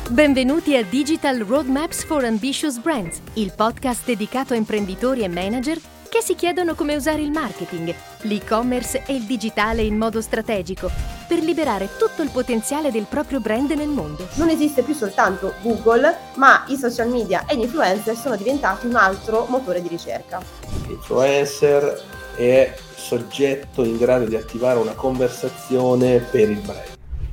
Benvenuti a Digital Roadmaps for Ambitious Brands, il podcast dedicato a imprenditori e manager che si chiedono come usare il marketing, l'e-commerce e il digitale in modo strategico per liberare tutto il potenziale del proprio brand nel mondo. Non esiste più soltanto Google, ma i social media e gli influencer sono diventati un altro motore di ricerca. L'influencer è soggetto in grado di attivare una conversazione per il brand.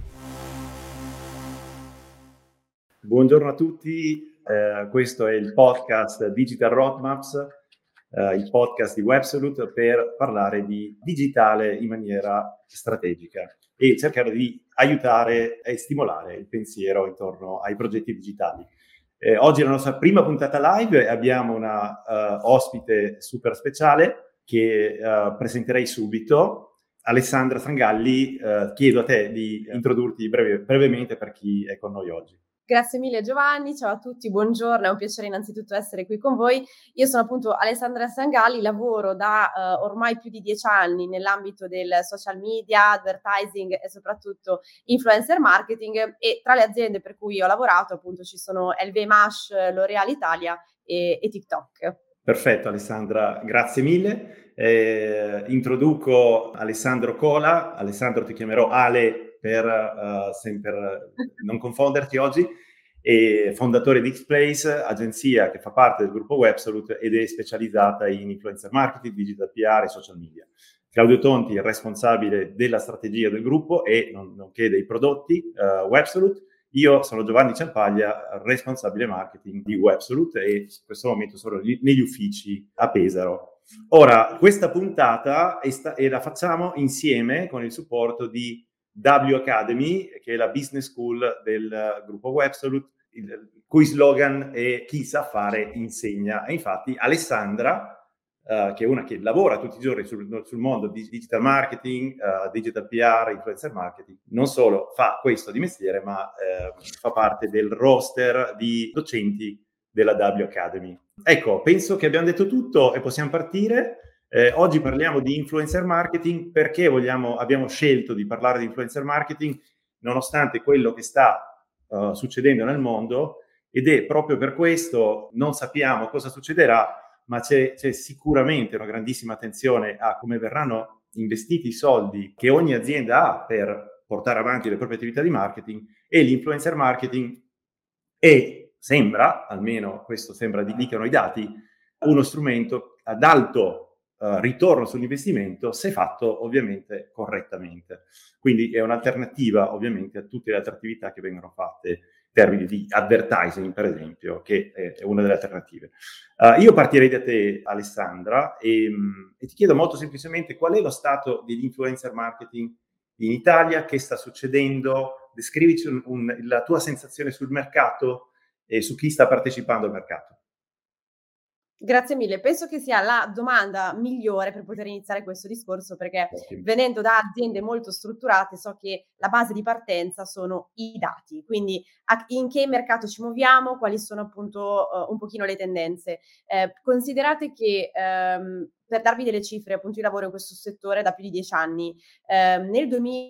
Buongiorno a tutti, questo è il podcast Digital Roadmaps, il podcast di Websalute per parlare di digitale in maniera strategica e cercare di aiutare e stimolare il pensiero intorno ai progetti digitali. Oggi è la nostra prima puntata live e abbiamo una ospite super speciale che presenterei subito. Alessandra Sangalli, chiedo a te di introdurti brevemente per chi è con noi oggi. Grazie mille Giovanni, ciao a tutti, buongiorno, è un piacere innanzitutto essere qui con voi. Io sono appunto Alessandra Sangalli, lavoro da ormai più di 10 anni nell'ambito del social media, advertising e soprattutto influencer marketing, e tra le aziende per cui ho lavorato appunto ci sono LVMH, L'Oréal Italia e TikTok. Perfetto Alessandra, grazie mille. Introduco Alessandro Cola. Alessandro, ti chiamerò Ale per non confonderti oggi, è fondatore di Xplace, agenzia che fa parte del gruppo Websalute ed è specializzata in influencer marketing, digital PR e social media. Claudio Tonti è responsabile della strategia del gruppo e nonché dei prodotti Websalute. Io sono Giovanni Ciampaglia, responsabile marketing di Websalute e in questo momento sono negli uffici a Pesaro. Ora, questa puntata la facciamo insieme con il supporto di W Academy, che è la business school del gruppo Websalute, il cui slogan è "Chi sa fare insegna". E infatti Alessandra, che è una che lavora tutti i giorni sul mondo di digital marketing, digital PR, influencer marketing, non solo fa questo di mestiere, ma fa parte del roster di docenti della W Academy. Ecco, penso che abbiamo detto tutto e possiamo partire. Oggi parliamo di influencer marketing perché abbiamo scelto di parlare di influencer marketing nonostante quello che sta succedendo nel mondo, ed è proprio per questo non sappiamo cosa succederà, ma c'è sicuramente una grandissima attenzione a come verranno investiti i soldi che ogni azienda ha per portare avanti le proprie attività di marketing, e l'influencer marketing sembra, almeno questo sembra dicono i dati, uno strumento ad alto ritorno sull'investimento se fatto ovviamente correttamente. Quindi è un'alternativa ovviamente a tutte le altre attività che vengono fatte in termini di advertising, per esempio, che è una delle alternative. Io partirei da te, Alessandra, e ti chiedo molto semplicemente qual è lo stato dell'influencer marketing in Italia, che sta succedendo, descrivici la tua sensazione sul mercato e su chi sta partecipando al mercato. Grazie mille, penso che sia la domanda migliore per poter iniziare questo discorso, perché venendo da aziende molto strutturate so che la base di partenza sono i dati, quindi in che mercato ci muoviamo, quali sono appunto un pochino le tendenze. Considerate che per darvi delle cifre, appunto io lavoro in questo settore da più di 10 anni, nel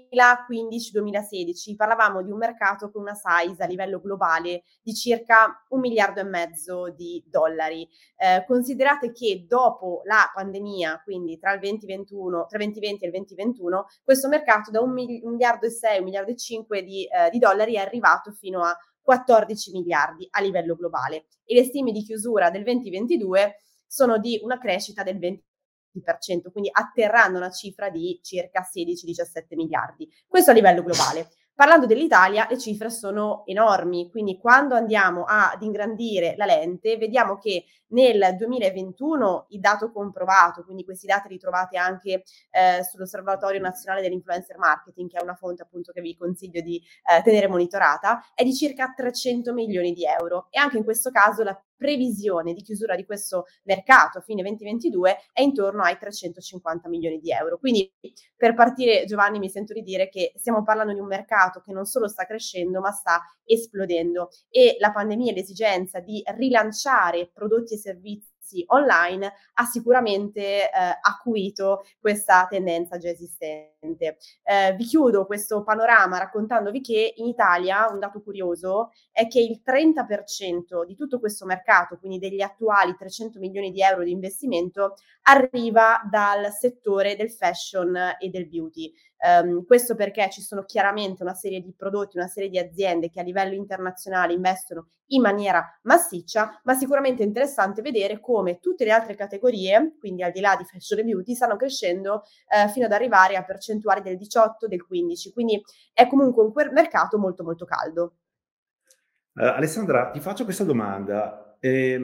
2015-2016 parlavamo di un mercato con una size a livello globale di circa $1,5 miliardi di dollari. Considerate che dopo la pandemia, quindi tra il 2020 e il 2021, questo mercato da $1,6 miliardi, $1,5 miliardi di dollari è arrivato fino a 14 miliardi a livello globale, e le stime di chiusura del 2022 sono di una crescita del 20%, quindi atterrando una cifra di circa 16-17 miliardi. Questo a livello globale. Parlando dell'Italia, le cifre sono enormi, quindi quando andiamo ad ingrandire la lente vediamo che nel 2021 il dato comprovato, quindi questi dati li trovate anche sull'Osservatorio Nazionale dell'Influencer Marketing, che è una fonte appunto che vi consiglio di tenere monitorata, è di circa 300 milioni di euro, e anche in questo caso la previsione di chiusura di questo mercato a fine 2022 è intorno ai 350 milioni di euro. Quindi per partire, Giovanni, mi sento di dire che stiamo parlando di un mercato che non solo sta crescendo ma sta esplodendo, e la pandemia e l'esigenza di rilanciare prodotti e servizi trasferirsi online ha sicuramente acuito questa tendenza già esistente. Vi chiudo questo panorama raccontandovi che in Italia un dato curioso è che il 30% di tutto questo mercato, quindi degli attuali 300 milioni di euro di investimento, arriva dal settore del fashion e del beauty. Questo perché ci sono chiaramente una serie di prodotti, una serie di aziende che a livello internazionale investono in maniera massiccia, ma sicuramente è interessante vedere come tutte le altre categorie, quindi al di là di fashion e beauty, stanno crescendo fino ad arrivare a percentuali del 18, del 15, quindi è comunque un mercato molto molto caldo. Alessandra, ti faccio questa domanda.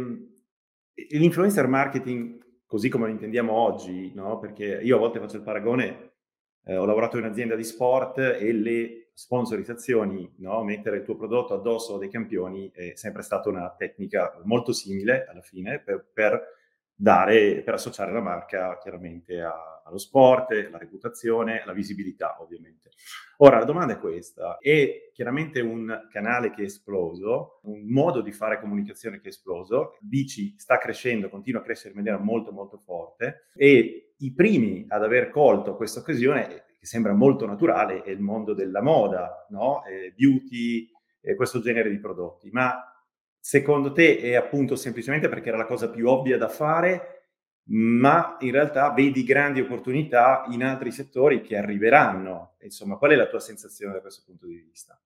L'influencer marketing, così come lo intendiamo oggi, no? Perché io a volte faccio il paragone, ho lavorato in un'azienda di sport e le sponsorizzazioni, no? Mettere il tuo prodotto addosso dei campioni è sempre stata una tecnica molto simile alla fine per associare la marca chiaramente allo sport, alla reputazione, alla visibilità ovviamente. Ora la domanda è questa: è chiaramente un canale che è esploso, un modo di fare comunicazione che è esploso, dici sta crescendo, continua a crescere in maniera molto molto forte, e i primi ad aver colto questa occasione, che sembra molto naturale, è il mondo della moda, no? Beauty, questo genere di prodotti. Ma secondo te è appunto semplicemente perché era la cosa più ovvia da fare, ma in realtà vedi grandi opportunità in altri settori che arriveranno? Insomma, qual è la tua sensazione da questo punto di vista?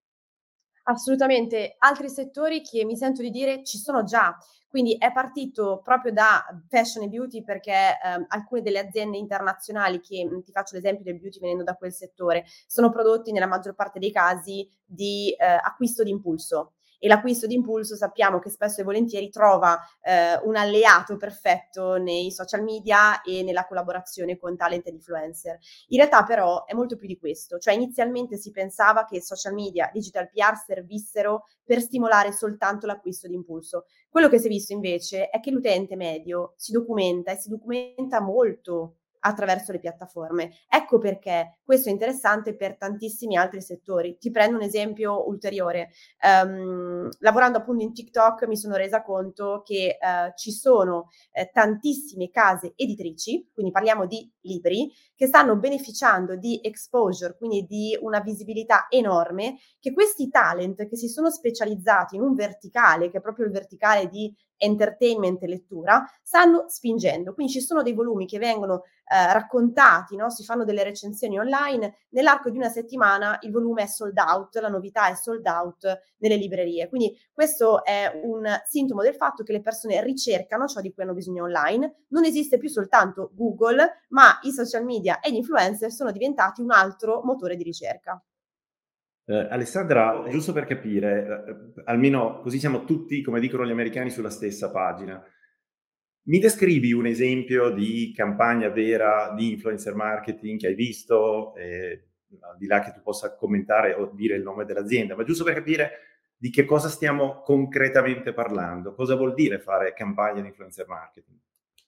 Assolutamente, altri settori che mi sento di dire ci sono già, quindi è partito proprio da fashion e beauty perché alcune delle aziende internazionali che ti faccio l'esempio del beauty venendo da quel settore, sono prodotti nella maggior parte dei casi di acquisto d'impulso. E l'acquisto d'impulso sappiamo che spesso e volentieri trova un alleato perfetto nei social media e nella collaborazione con talent ed influencer. In realtà però è molto più di questo, cioè inizialmente si pensava che social media, digital PR servissero per stimolare soltanto l'acquisto d'impulso. Quello che si è visto invece è che l'utente medio si documenta e si documenta molto attraverso le piattaforme. Ecco perché questo è interessante per tantissimi altri settori. Ti prendo un esempio ulteriore. Lavorando appunto in TikTok mi sono resa conto che ci sono tantissime case editrici, quindi parliamo di libri, che stanno beneficiando di exposure, quindi di una visibilità enorme, che questi talent che si sono specializzati in un verticale, che è proprio il verticale di entertainment e lettura, stanno spingendo. Quindi ci sono dei volumi che vengono raccontati, no? Si fanno delle recensioni online, nell'arco di una settimana il volume è sold out, la novità è sold out nelle librerie. Quindi questo è un sintomo del fatto che le persone ricercano ciò di cui hanno bisogno online. Non esiste più soltanto Google, ma i social media e gli influencer sono diventati un altro motore di ricerca. Alessandra, giusto per capire, almeno così siamo tutti, come dicono gli americani, sulla stessa pagina. Mi descrivi un esempio di campagna vera di influencer marketing che hai visto, al di là che tu possa commentare o dire il nome dell'azienda, ma giusto per capire di che cosa stiamo concretamente parlando, cosa vuol dire fare campagna di influencer marketing?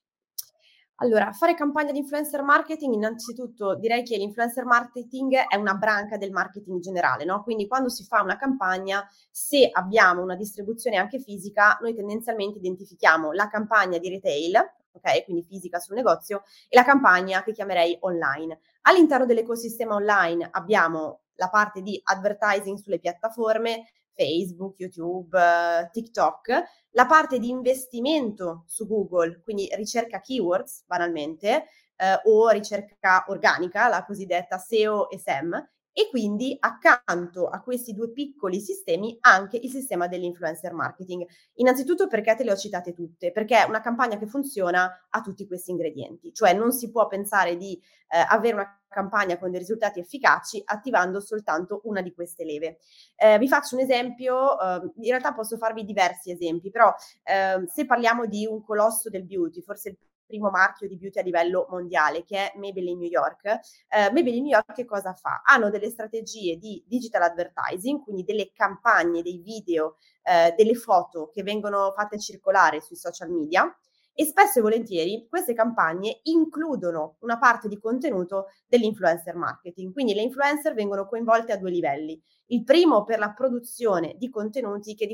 Allora, fare campagna di influencer marketing, innanzitutto direi che l'influencer marketing è una branca del marketing generale, no? Quindi quando si fa una campagna, se abbiamo una distribuzione anche fisica, noi tendenzialmente identifichiamo la campagna di retail, ok? Quindi fisica sul negozio, e la campagna che chiamerei online. All'interno dell'ecosistema online abbiamo la parte di advertising sulle piattaforme, Facebook, YouTube, TikTok, la parte di investimento su Google, quindi ricerca keywords banalmente, o ricerca organica, la cosiddetta SEO e SEM, e quindi accanto a questi due piccoli sistemi anche il sistema dell'influencer marketing. Innanzitutto perché te le ho citate tutte, perché una campagna che funziona ha tutti questi ingredienti, cioè non si può pensare di avere una campagna con dei risultati efficaci attivando soltanto una di queste leve. Vi faccio un esempio, in realtà posso farvi diversi esempi, però se parliamo di un colosso del beauty, forse il primo marchio di beauty a livello mondiale, che è Maybelline New York. Maybelline New York che cosa fa? Hanno delle strategie di digital advertising, quindi delle campagne, dei video, delle foto che vengono fatte circolare sui social media, e spesso e volentieri queste campagne includono una parte di contenuto dell'influencer marketing. Quindi le influencer vengono coinvolte a due livelli. Il primo per la produzione di contenuti che di fatto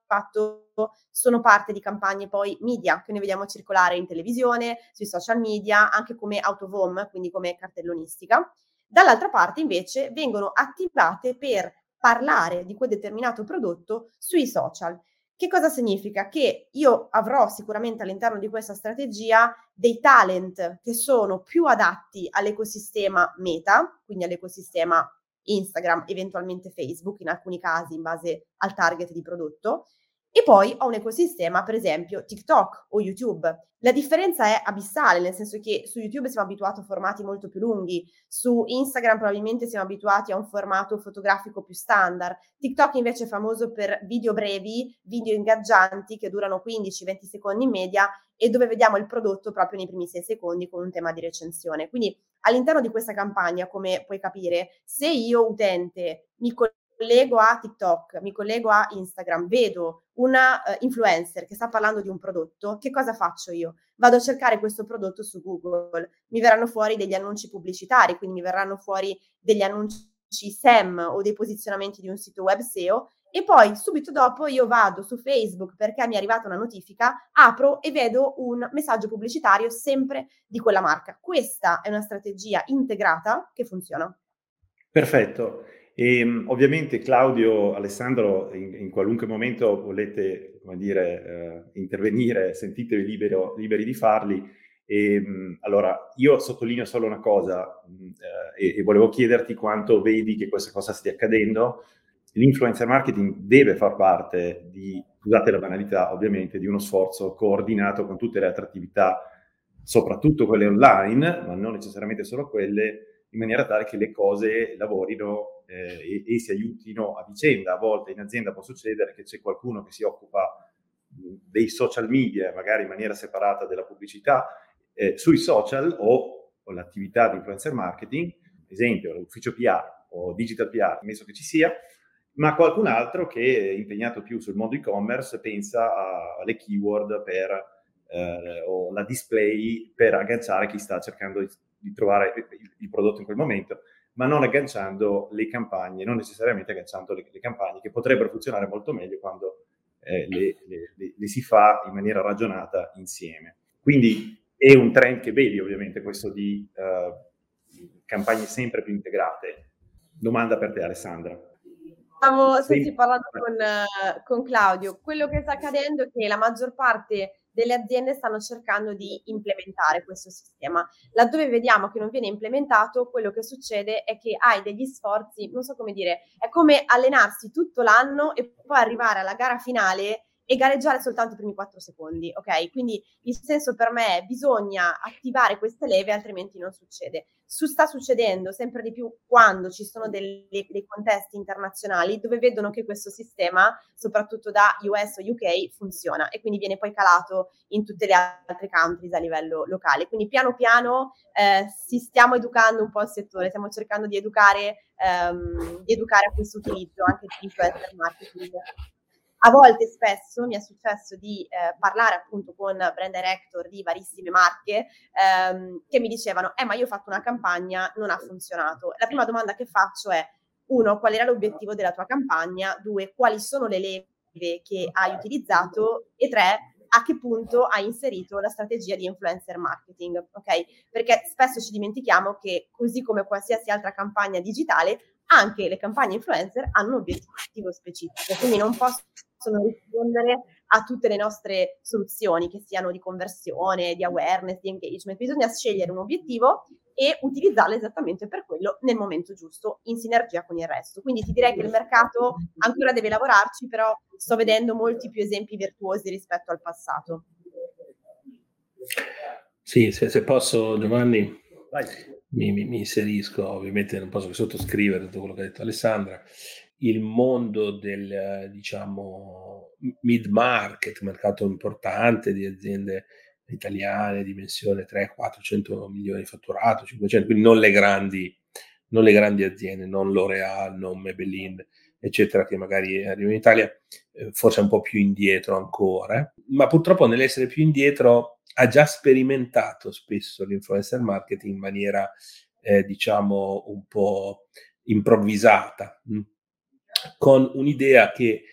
fatto sono parte di campagne poi media che noi vediamo circolare in televisione, sui social media, anche come out of home, quindi come cartellonistica. Dall'altra parte invece vengono attivate per parlare di quel determinato prodotto sui social. Che cosa significa? Che io avrò sicuramente all'interno di questa strategia dei talent che sono più adatti all'ecosistema Meta, quindi all'ecosistema Instagram, eventualmente Facebook, in alcuni casi in base al target di prodotto, e poi ho un ecosistema, per esempio, TikTok o YouTube. La differenza è abissale, nel senso che su YouTube siamo abituati a formati molto più lunghi, su Instagram probabilmente siamo abituati a un formato fotografico più standard. TikTok invece è famoso per video brevi, video ingaggianti che durano 15-20 secondi in media e dove vediamo il prodotto proprio nei primi 6 secondi con un tema di recensione. Quindi all'interno di questa campagna, come puoi capire, se io utente mi collego a TikTok, mi collego a Instagram, vedo una influencer che sta parlando di un prodotto, che cosa faccio io? Vado a cercare questo prodotto su Google, mi verranno fuori degli annunci pubblicitari, quindi mi verranno fuori degli annunci SEM o dei posizionamenti di un sito web SEO e poi subito dopo io vado su Facebook perché mi è arrivata una notifica, apro e vedo un messaggio pubblicitario sempre di quella marca. Questa è una strategia integrata che funziona. Perfetto. E ovviamente Claudio, Alessandro, in qualunque momento volete, come dire, intervenire, sentitevi liberi di farli. Allora, io sottolineo solo una cosa e volevo chiederti quanto vedi che questa cosa stia accadendo. L'influencer marketing deve far parte di, scusate la banalità, ovviamente, di uno sforzo coordinato con tutte le altre attività, soprattutto quelle online, ma non necessariamente solo quelle, in maniera tale che le cose lavorino e si aiutino a vicenda. A volte in azienda può succedere che c'è qualcuno che si occupa dei social media, magari in maniera separata della pubblicità, sui social o l'attività di influencer marketing, ad esempio l'ufficio PR o digital PR, ammesso che ci sia, ma qualcun altro che è impegnato più sul mondo e-commerce pensa alle keyword o la display per agganciare chi sta cercando di trovare il prodotto in quel momento, ma non agganciando le campagne, non necessariamente agganciando le campagne che potrebbero funzionare molto meglio quando le si fa in maniera ragionata insieme. Quindi è un trend che vedi ovviamente questo di campagne sempre più integrate. Domanda per te, Alessandra. Stavo parlando con Claudio. Quello che sta accadendo è che la maggior parte delle aziende stanno cercando di implementare questo sistema. Laddove vediamo che non viene implementato, quello che succede è che hai degli sforzi, non so come dire, è come allenarsi tutto l'anno e poi arrivare alla gara finale e gareggiare soltanto i primi 4 secondi, ok? Quindi il senso per me è bisogna attivare queste leve, altrimenti non succede. Sta succedendo sempre di più quando ci sono dei contesti internazionali dove vedono che questo sistema, soprattutto da US o UK, funziona e quindi viene poi calato in tutte le altre countries a livello locale. Quindi piano piano stiamo educando un po' il settore, stiamo cercando di educare a questo utilizzo anche di influencer marketing. A volte, spesso, mi è successo di parlare appunto con brand director di varissime marche che mi dicevano ma io ho fatto una campagna, non ha funzionato. La prima domanda che faccio è: 1, qual era l'obiettivo della tua campagna? 2, quali sono le leve che hai utilizzato? E 3, a che punto hai inserito la strategia di influencer marketing, ok? Perché spesso ci dimentichiamo che, così come qualsiasi altra campagna digitale, anche le campagne influencer hanno un obiettivo specifico, quindi non possono rispondere a tutte le nostre soluzioni, che siano di conversione, di awareness, di engagement. Bisogna scegliere un obiettivo e utilizzarlo esattamente per quello nel momento giusto, in sinergia con il resto. Quindi ti direi che il mercato ancora deve lavorarci, però sto vedendo molti più esempi virtuosi rispetto al passato. Sì, se posso, Giovanni, mi inserisco, ovviamente non posso che sottoscrivere tutto quello che ha detto Alessandra. Il mondo del, diciamo, mid-market, mercato importante di aziende italiane, dimensione 300-400 milioni di fatturato, 500, quindi non le grandi aziende, non L'Oréal, non Maybelline, eccetera, che magari arrivano in Italia, forse un po' più indietro ancora, ma purtroppo nell'essere più indietro ha già sperimentato spesso l'influencer marketing in maniera, diciamo, un po' improvvisata, con un'idea che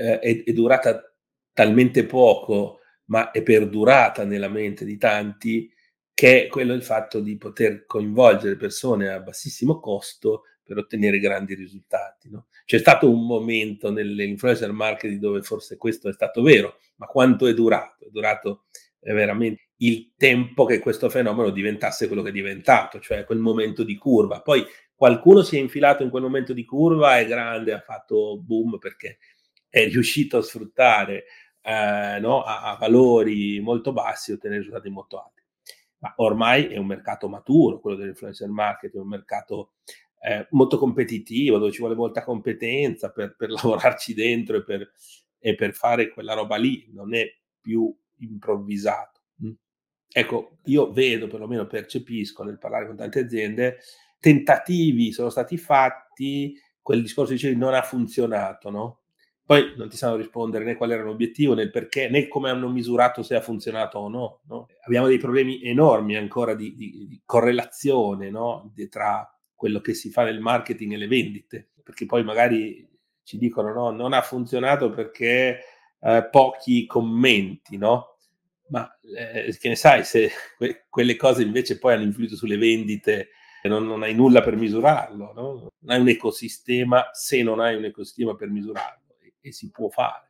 è durata talmente poco, ma è perdurata nella mente di tanti, che è quello il fatto di poter coinvolgere persone a bassissimo costo per ottenere grandi risultati, no? C'è stato un momento nell'influencer marketing dove forse questo è stato vero, ma quanto è durato? È durato veramente il tempo che questo fenomeno diventasse quello che è diventato, cioè quel momento di curva. Poi qualcuno si è infilato in quel momento di curva, è grande, ha fatto boom perché è riuscito a sfruttare no, a valori molto bassi e ottenere risultati molto alti. Ma ormai è un mercato maturo, quello dell'influencer marketing, è un mercato molto competitivo, dove ci vuole molta competenza per lavorarci dentro e per fare quella roba lì, non è più improvvisato. Ecco, io vedo, perlomeno percepisco nel parlare con tante aziende, tentativi sono stati fatti, quel discorso dicevi non ha funzionato, no? Poi non ti sanno rispondere né qual era l'obiettivo, né il perché, né come hanno misurato se ha funzionato o no, no? Abbiamo dei problemi enormi ancora di correlazione, no? Tra quello che si fa nel marketing e le vendite, perché poi magari ci dicono no, non ha funzionato perché pochi commenti, no? Ma che ne sai se quelle cose invece poi hanno influito sulle vendite, non hai nulla per misurarlo, no? Non hai un ecosistema se non hai un ecosistema per misurarlo, e si può fare.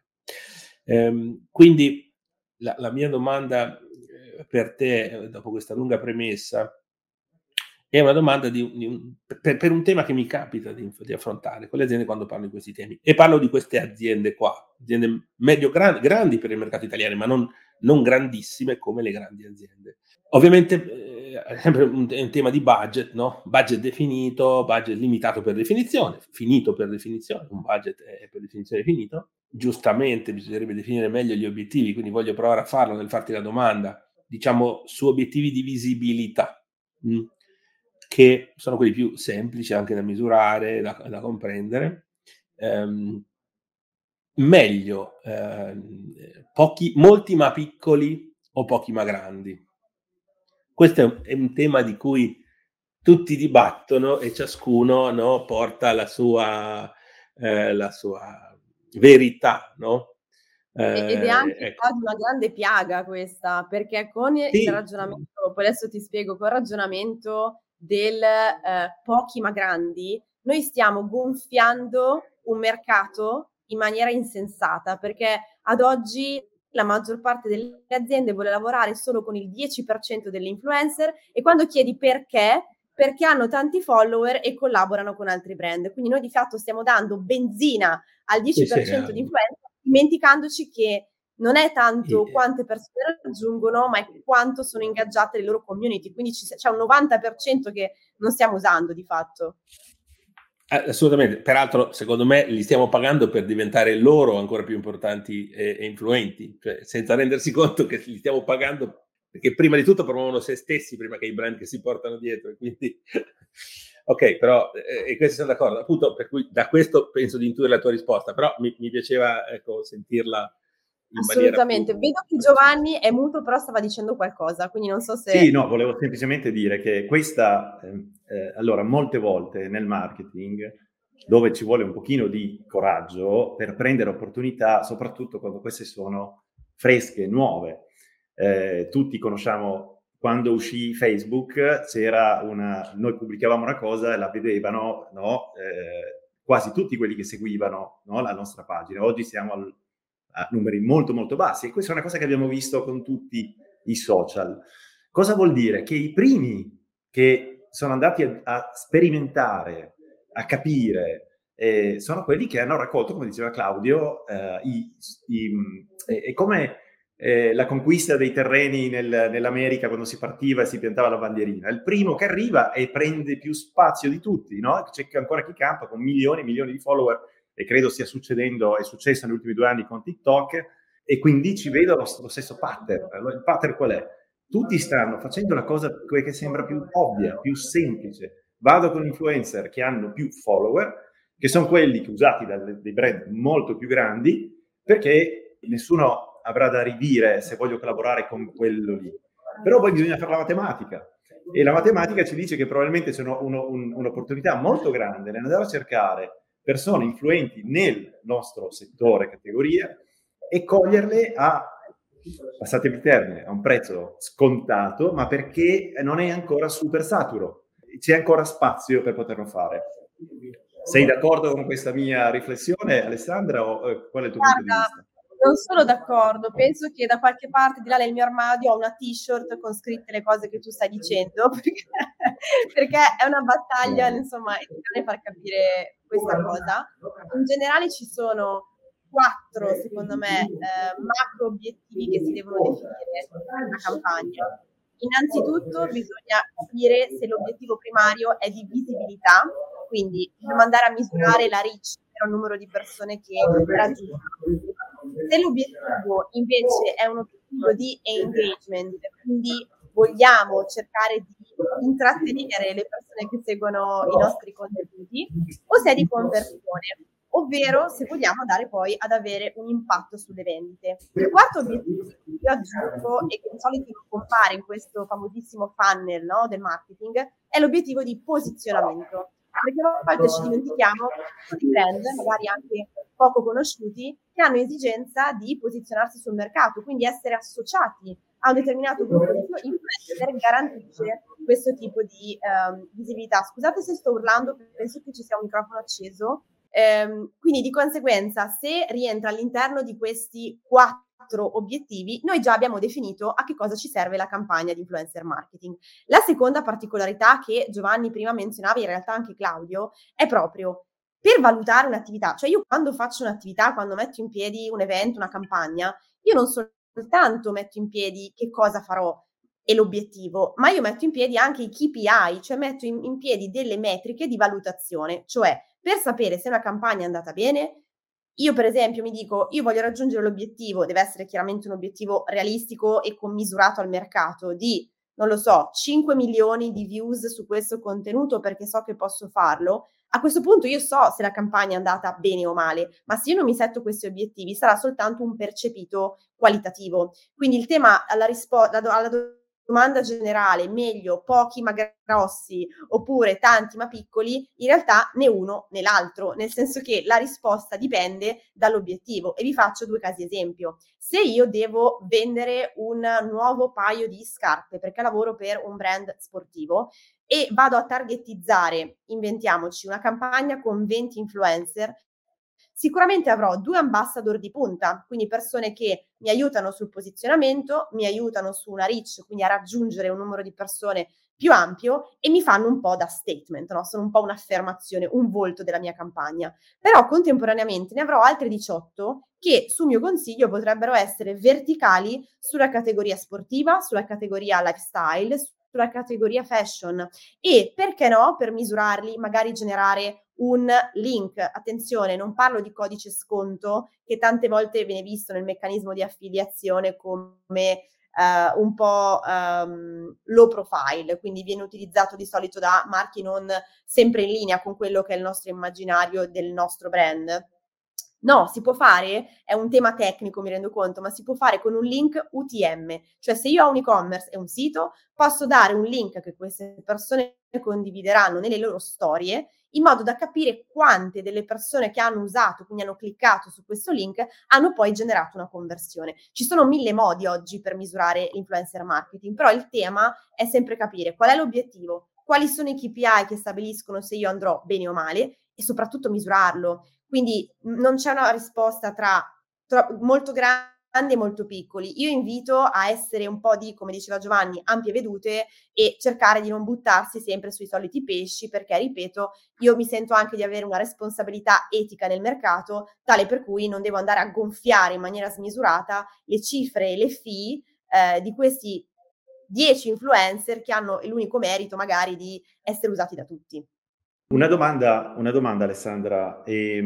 Quindi la mia domanda per te, dopo questa lunga premessa, è una domanda per un tema che mi capita di affrontare con le aziende quando parlo di questi temi. E parlo di queste aziende qua, aziende medio-grandi per il mercato italiano, ma non grandissime come le grandi aziende. Ovviamente è sempre un tema di budget, no? Budget definito, budget limitato per definizione, finito per definizione, un budget è per definizione finito. Giustamente bisognerebbe definire meglio gli obiettivi, quindi voglio provare a farlo nel farti la domanda, diciamo, su obiettivi di visibilità, che sono quelli più semplici anche da misurare, da comprendere. Meglio molti ma piccoli o pochi ma grandi? Questo è un tema di cui tutti dibattono e ciascuno, no, porta la sua verità, no? Ed è anche Ecco. una grande piaga questa, perché con il ragionamento, poi adesso ti spiego, col ragionamento del pochi ma grandi, noi stiamo gonfiando un mercato in maniera insensata, perché ad oggi la maggior parte delle aziende vuole lavorare solo con il 10% delle influencer, e quando chiedi perché hanno tanti follower e collaborano con altri brand. Quindi noi di fatto stiamo dando benzina al 10% di influencer, dimenticandoci che non è tanto quante persone raggiungono, ma è quanto sono ingaggiate le loro community. Quindi c'è un 90% che non stiamo usando di fatto. Assolutamente, peraltro secondo me li stiamo pagando per diventare loro ancora più importanti e influenti, cioè, senza rendersi conto che li stiamo pagando perché prima di tutto promuovono se stessi prima che i brand che si portano dietro, quindi ok, però e questo sono d'accordo, appunto, per cui da questo penso di intuire la tua risposta, però mi piaceva, ecco, sentirla in assolutamente. maniera Vedo che Giovanni è muto, però stava dicendo qualcosa, quindi non so se... Sì, no, volevo semplicemente dire che questa, allora, molte volte nel marketing, dove ci vuole un pochino di coraggio per prendere opportunità, soprattutto quando queste sono fresche, nuove. Tutti conosciamo, quando uscì Facebook, noi pubblicavamo una cosa e la vedevano, no? Quasi tutti quelli che seguivano, no, la nostra pagina. Oggi siamo a numeri molto molto bassi, e questa è una cosa che abbiamo visto con tutti i social. Cosa vuol dire? Che i primi che sono andati a sperimentare, a capire, sono quelli che hanno raccolto, come diceva Claudio, è come la conquista dei terreni nell'America quando si partiva e si piantava la bandierina. Il primo che arriva e prende più spazio di tutti, no? C'è ancora chi campa con milioni e milioni di follower, e credo stia succedendo, è successo negli ultimi 2 anni con TikTok, e quindi ci vedo lo stesso pattern. Allora, il pattern qual è? Tutti stanno facendo la cosa che sembra più ovvia, più semplice. Vado con influencer che hanno più follower, che sono quelli usati da dei brand molto più grandi, perché nessuno avrà da ridire se voglio collaborare con quello lì. Però poi bisogna fare la matematica, e la matematica ci dice che probabilmente c'è un'opportunità molto grande nell'andare a cercare persone influenti nel nostro settore, categoria, e coglierle a, passatemi il termine, a un prezzo scontato, ma perché non è ancora super saturo. C'è ancora spazio per poterlo fare. Sei d'accordo con questa mia riflessione, Alessandra, o qual è il tuo punto di vista? Non sono d'accordo, penso che da qualche parte di là nel mio armadio ho una t-shirt con scritte le cose che tu stai dicendo, perché è una battaglia, insomma, far capire questa cosa. In generale ci sono 4, secondo me, macro obiettivi che si devono definire in una campagna. Innanzitutto bisogna capire se l'obiettivo primario è di visibilità, quindi dobbiamo andare a misurare la reach, il numero di persone che raggiungono. Se l'obiettivo invece è un obiettivo di engagement, quindi vogliamo cercare di intrattenere le persone che seguono i nostri contenuti, o se è di conversione, ovvero se vogliamo andare poi ad avere un impatto sulle vendite. Il quarto obiettivo che io aggiungo e che di solito non compare in questo famosissimo funnel, no, del marketing è l'obiettivo di posizionamento. Perché a volte ci dimentichiamo di brand, magari anche poco conosciuti, che hanno esigenza di posizionarsi sul mercato, quindi essere associati a un determinato gruppo di influencer garantisce questo tipo di visibilità. Scusate se sto urlando, penso che ci sia un microfono acceso. Quindi di conseguenza, se rientra all'interno di questi 4 obiettivi, noi già abbiamo definito a che cosa ci serve la campagna di influencer marketing. La seconda particolarità che Giovanni prima menzionava, in realtà anche Claudio, è proprio per valutare un'attività. Cioè io quando faccio un'attività, quando metto in piedi un evento, una campagna, io non soltanto metto in piedi che cosa farò e l'obiettivo, ma io metto in piedi anche i KPI, cioè metto in piedi delle metriche di valutazione, cioè per sapere se una campagna è andata bene. Io per esempio mi dico, io voglio raggiungere l'obiettivo, deve essere chiaramente un obiettivo realistico e commisurato al mercato, di, non lo so, 5 milioni di views su questo contenuto perché so che posso farlo. A questo punto io so se la campagna è andata bene o male, ma se io non mi setto questi obiettivi sarà soltanto un percepito qualitativo. Quindi il tema alla domanda generale, meglio pochi ma grossi oppure tanti ma piccoli, in realtà né uno né l'altro, nel senso che la risposta dipende dall'obiettivo. E vi faccio 2 casi esempio. Se io devo vendere un nuovo paio di scarpe perché lavoro per un brand sportivo e vado a targetizzare, inventiamoci, una campagna con 20 influencer, sicuramente avrò 2 ambassador di punta, quindi persone che mi aiutano sul posizionamento, mi aiutano su una reach, quindi a raggiungere un numero di persone più ampio e mi fanno un po' da statement, no? Sono un po' un'affermazione, un volto della mia campagna. Però contemporaneamente ne avrò altre 18 che su mio consiglio potrebbero essere verticali sulla categoria sportiva, sulla categoria lifestyle, sulla categoria fashion e perché no, per misurarli, magari generare un link. Attenzione, non parlo di codice sconto che tante volte viene visto nel meccanismo di affiliazione come un po' low profile, quindi viene utilizzato di solito da marchi non sempre in linea con quello che è il nostro immaginario del nostro brand. No, si può fare, è un tema tecnico, mi rendo conto, ma si può fare con un link UTM, cioè se io ho un e-commerce e un sito, posso dare un link che queste persone condivideranno nelle loro storie, in modo da capire quante delle persone che hanno usato, quindi hanno cliccato su questo link, hanno poi generato una conversione. Ci sono 1000 modi oggi per misurare l'influencer marketing, però il tema è sempre capire qual è l'obiettivo, quali sono i KPI che stabiliscono se io andrò bene o male e soprattutto misurarlo. Quindi non c'è una risposta tra molto grandi e molto piccoli. Io invito a essere un po' di, come diceva Giovanni, ampie vedute e cercare di non buttarsi sempre sui soliti pesci, perché, ripeto, io mi sento anche di avere una responsabilità etica nel mercato, tale per cui non devo andare a gonfiare in maniera smisurata le cifre e le fee di questi 10 influencer che hanno l'unico merito magari di essere usati da tutti. Una domanda Alessandra,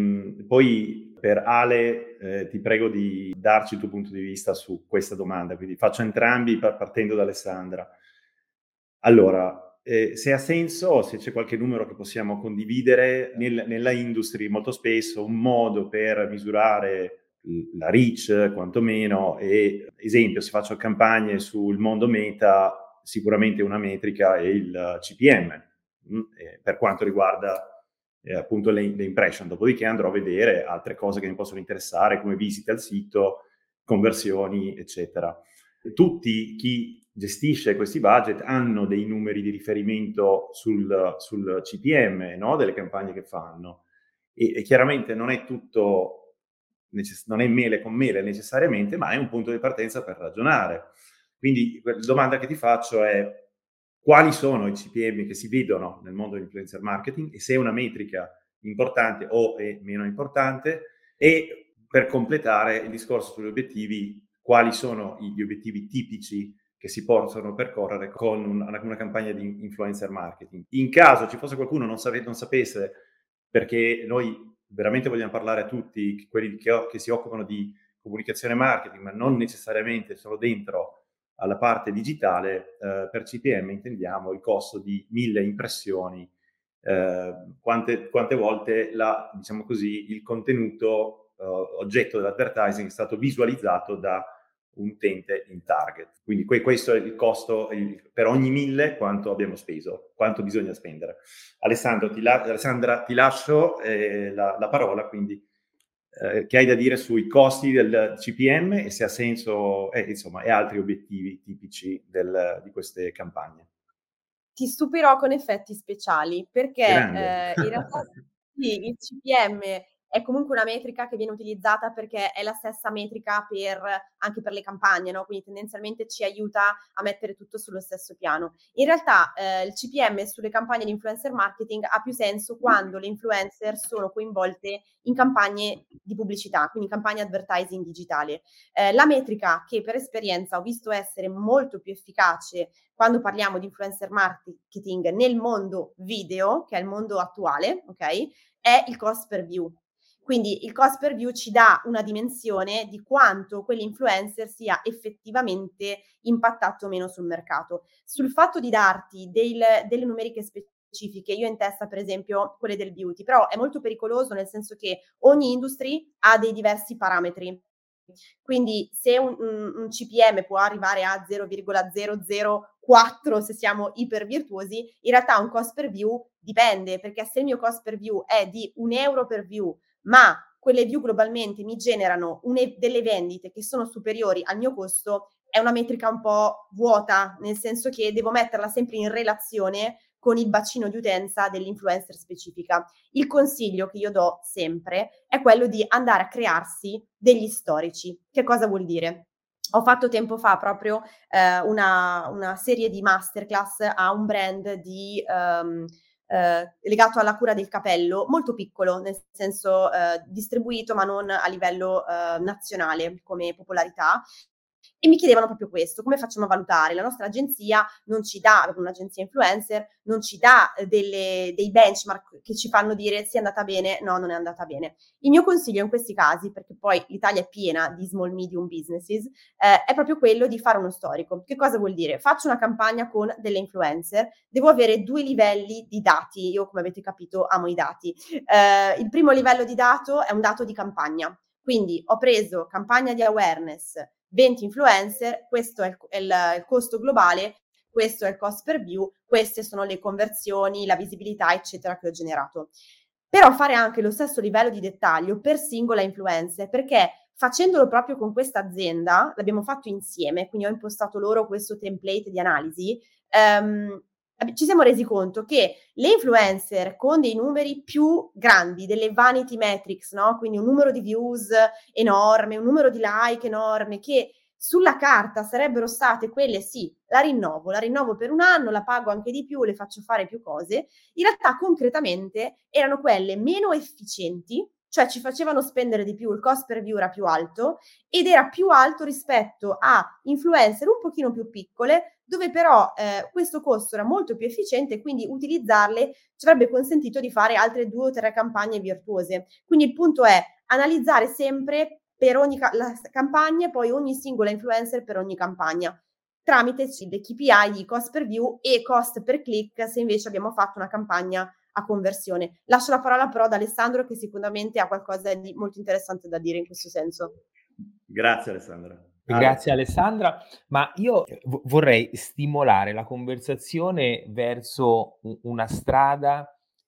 poi per Ale ti prego di darci il tuo punto di vista su questa domanda, quindi faccio entrambi partendo da Alessandra. Allora, se ha senso, se c'è qualche numero che possiamo condividere nella industry, molto spesso un modo per misurare la reach quantomeno, e esempio se faccio campagne sul mondo meta, sicuramente una metrica è il CPM. Per quanto riguarda appunto le impression. Dopodiché andrò a vedere altre cose che mi possono interessare, come visite al sito, conversioni, eccetera. Tutti chi gestisce questi budget hanno dei numeri di riferimento sul CPM, no? Delle campagne che fanno, e chiaramente non è tutto non è mele con mele necessariamente, ma è un punto di partenza per ragionare. Quindi la domanda che ti faccio è: quali sono i CPM che si vedono nel mondo dell'influencer marketing, e se è una metrica importante o è meno importante? E per completare il discorso sugli obiettivi, quali sono gli obiettivi tipici che si possono percorrere con una campagna di influencer marketing? In caso ci fosse qualcuno non sapesse, perché noi veramente vogliamo parlare a tutti quelli che si occupano di comunicazione marketing, ma non necessariamente sono dentro alla parte digitale, per CPM intendiamo il costo di 1000 impressioni, quante volte diciamo così, il contenuto oggetto dell'advertising è stato visualizzato da un utente in target. Quindi questo è il costo per ogni 1000, quanto abbiamo speso, quanto bisogna spendere. Alessandra, ti lascio la parola, quindi che hai da dire sui costi del CPM e se ha senso, insomma, e altri obiettivi tipici di queste campagne. Ti stupirò con effetti speciali, perché in realtà sì, il CPM è comunque una metrica che viene utilizzata perché è la stessa metrica anche per le campagne, no? Quindi tendenzialmente ci aiuta a mettere tutto sullo stesso piano. In realtà il CPM sulle campagne di influencer marketing ha più senso quando le influencer sono coinvolte in campagne di pubblicità, quindi campagne advertising digitale. La metrica che per esperienza ho visto essere molto più efficace quando parliamo di influencer marketing nel mondo video, che è il mondo attuale, ok? È il cost per view. Quindi il cost per view ci dà una dimensione di quanto quell'influencer sia effettivamente impattato o meno sul mercato. Sul fatto di darti delle numeriche specifiche, io ho in testa per esempio quelle del beauty, però è molto pericoloso nel senso che ogni industry ha dei diversi parametri. Quindi se un CPM può arrivare a 0,004 se siamo iper virtuosi, in realtà un cost per view dipende, perché se il mio cost per view è di €1 per view, ma quelle view globalmente mi generano delle vendite che sono superiori al mio costo, è una metrica un po' vuota, nel senso che devo metterla sempre in relazione con il bacino di utenza dell'influencer specifica. Il consiglio che io do sempre è quello di andare a crearsi degli storici. Che cosa vuol dire? Ho fatto tempo fa proprio una serie di masterclass a un brand legato alla cura del capello, molto piccolo, nel senso distribuito ma non a livello nazionale come popolarità. E mi chiedevano proprio questo: come facciamo a valutare? La nostra agenzia non ci dà, un'agenzia influencer, non ci dà dei benchmark che ci fanno dire se è andata bene, no, non è andata bene. Il mio consiglio in questi casi, perché poi l'Italia è piena di small medium businesses, è proprio quello di fare uno storico. Che cosa vuol dire? Faccio una campagna con delle influencer, devo avere 2 livelli di dati. Io, come avete capito, amo i dati. Il primo livello di dato è un dato di campagna. Quindi ho preso campagna di awareness, 20 influencer, questo è il costo globale, questo è il cost per view, queste sono le conversioni, la visibilità, eccetera, che ho generato. Però fare anche lo stesso livello di dettaglio per singola influencer, perché facendolo proprio con questa azienda, l'abbiamo fatto insieme, quindi ho impostato loro questo template di analisi, ci siamo resi conto che le influencer con dei numeri più grandi, delle vanity metrics, no? Quindi un numero di views enorme, un numero di like enorme, che sulla carta sarebbero state quelle, sì, la rinnovo per un anno, la pago anche di più, le faccio fare più cose, in realtà concretamente erano quelle meno efficienti, cioè ci facevano spendere di più, il cost per view era più alto ed era più alto rispetto a influencer un pochino più piccole, dove però questo costo era molto più efficiente e quindi utilizzarle ci avrebbe consentito di fare altre 2 o 3 campagne virtuose. Quindi il punto è analizzare sempre per ogni la campagna, poi ogni singola influencer per ogni campagna, tramite le KPI di cost per view e cost per click se invece abbiamo fatto una campagna a conversione. Lascio la parola però ad Alessandro, che sicuramente ha qualcosa di molto interessante da dire in questo senso. Grazie Alessandra. Grazie Alessandra, ma io vorrei stimolare la conversazione verso una strada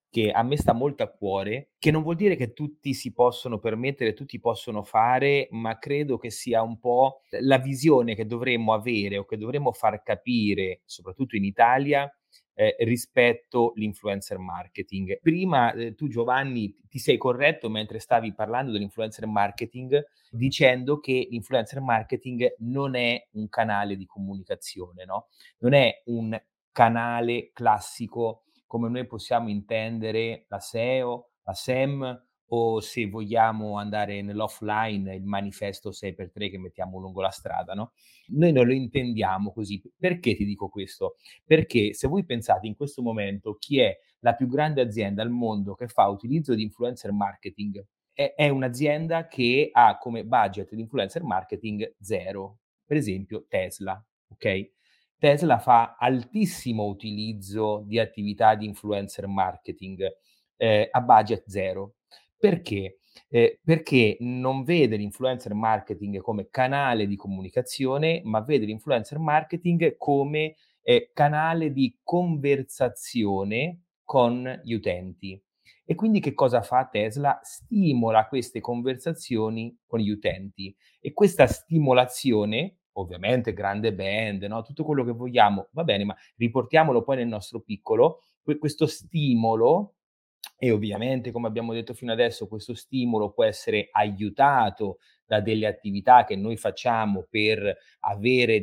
che a me sta molto a cuore, che non vuol dire che tutti si possono permettere, tutti possono fare, ma credo che sia un po' la visione che dovremmo avere o che dovremmo far capire, soprattutto in Italia, rispetto l'influencer marketing. Prima tu Giovanni ti sei corretto mentre stavi parlando dell'influencer marketing dicendo che l'influencer marketing non è un canale di comunicazione, no? Non è un canale classico come noi possiamo intendere la SEO, la SEM o se vogliamo andare nell'offline il manifesto 6x3 che mettiamo lungo la strada, no? Noi non lo intendiamo così. Perché ti dico questo? Perché se voi pensate in questo momento chi è la più grande azienda al mondo che fa utilizzo di influencer marketing, è un'azienda che ha come budget di influencer marketing 0, per esempio Tesla, ok? Tesla fa altissimo utilizzo di attività di influencer marketing a budget 0. Perché? Perché non vede l'influencer marketing come canale di comunicazione, ma vede l'influencer marketing come canale di conversazione con gli utenti. E quindi che cosa fa Tesla? Stimola queste conversazioni con gli utenti e questa stimolazione, ovviamente grande band, no? Tutto quello che vogliamo, va bene, ma riportiamolo poi nel nostro piccolo, questo stimolo e ovviamente, come abbiamo detto fino adesso, questo stimolo può essere aiutato da delle attività che noi facciamo per avere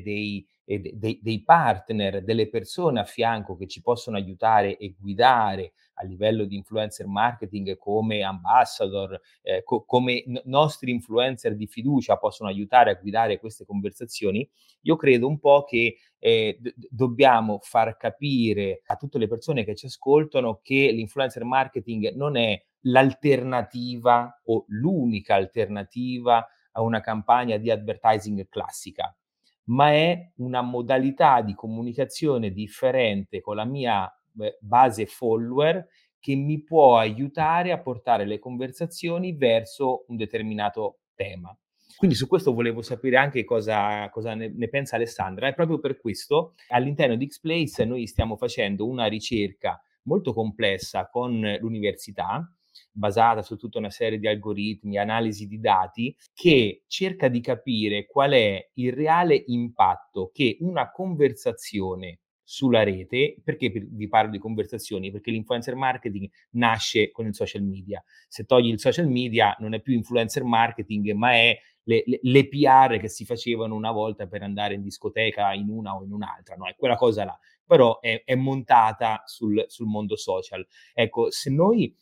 dei partner, delle persone a fianco che ci possono aiutare e guidare a livello di influencer marketing come ambassador, come nostri influencer di fiducia possono aiutare a guidare queste conversazioni. Io credo un po' che dobbiamo far capire a tutte le persone che ci ascoltano che l'influencer marketing non è l'alternativa o l'unica alternativa a una campagna di advertising classica, ma è una modalità di comunicazione differente con la mia base follower che mi può aiutare a portare le conversazioni verso un determinato tema. Quindi su questo volevo sapere anche cosa ne pensa Alessandra. E proprio per questo all'interno di Xplace noi stiamo facendo una ricerca molto complessa con l'università, basata su tutta una serie di algoritmi, analisi di dati, che cerca di capire qual è il reale impatto che una conversazione sulla rete, perché vi parlo di conversazioni? Perché l'influencer marketing nasce con il social media. Se togli il social media non è più influencer marketing, ma è le PR che si facevano una volta per andare in discoteca in una o in un'altra, no? È quella cosa là, però è montata sul mondo social. Ecco, se noi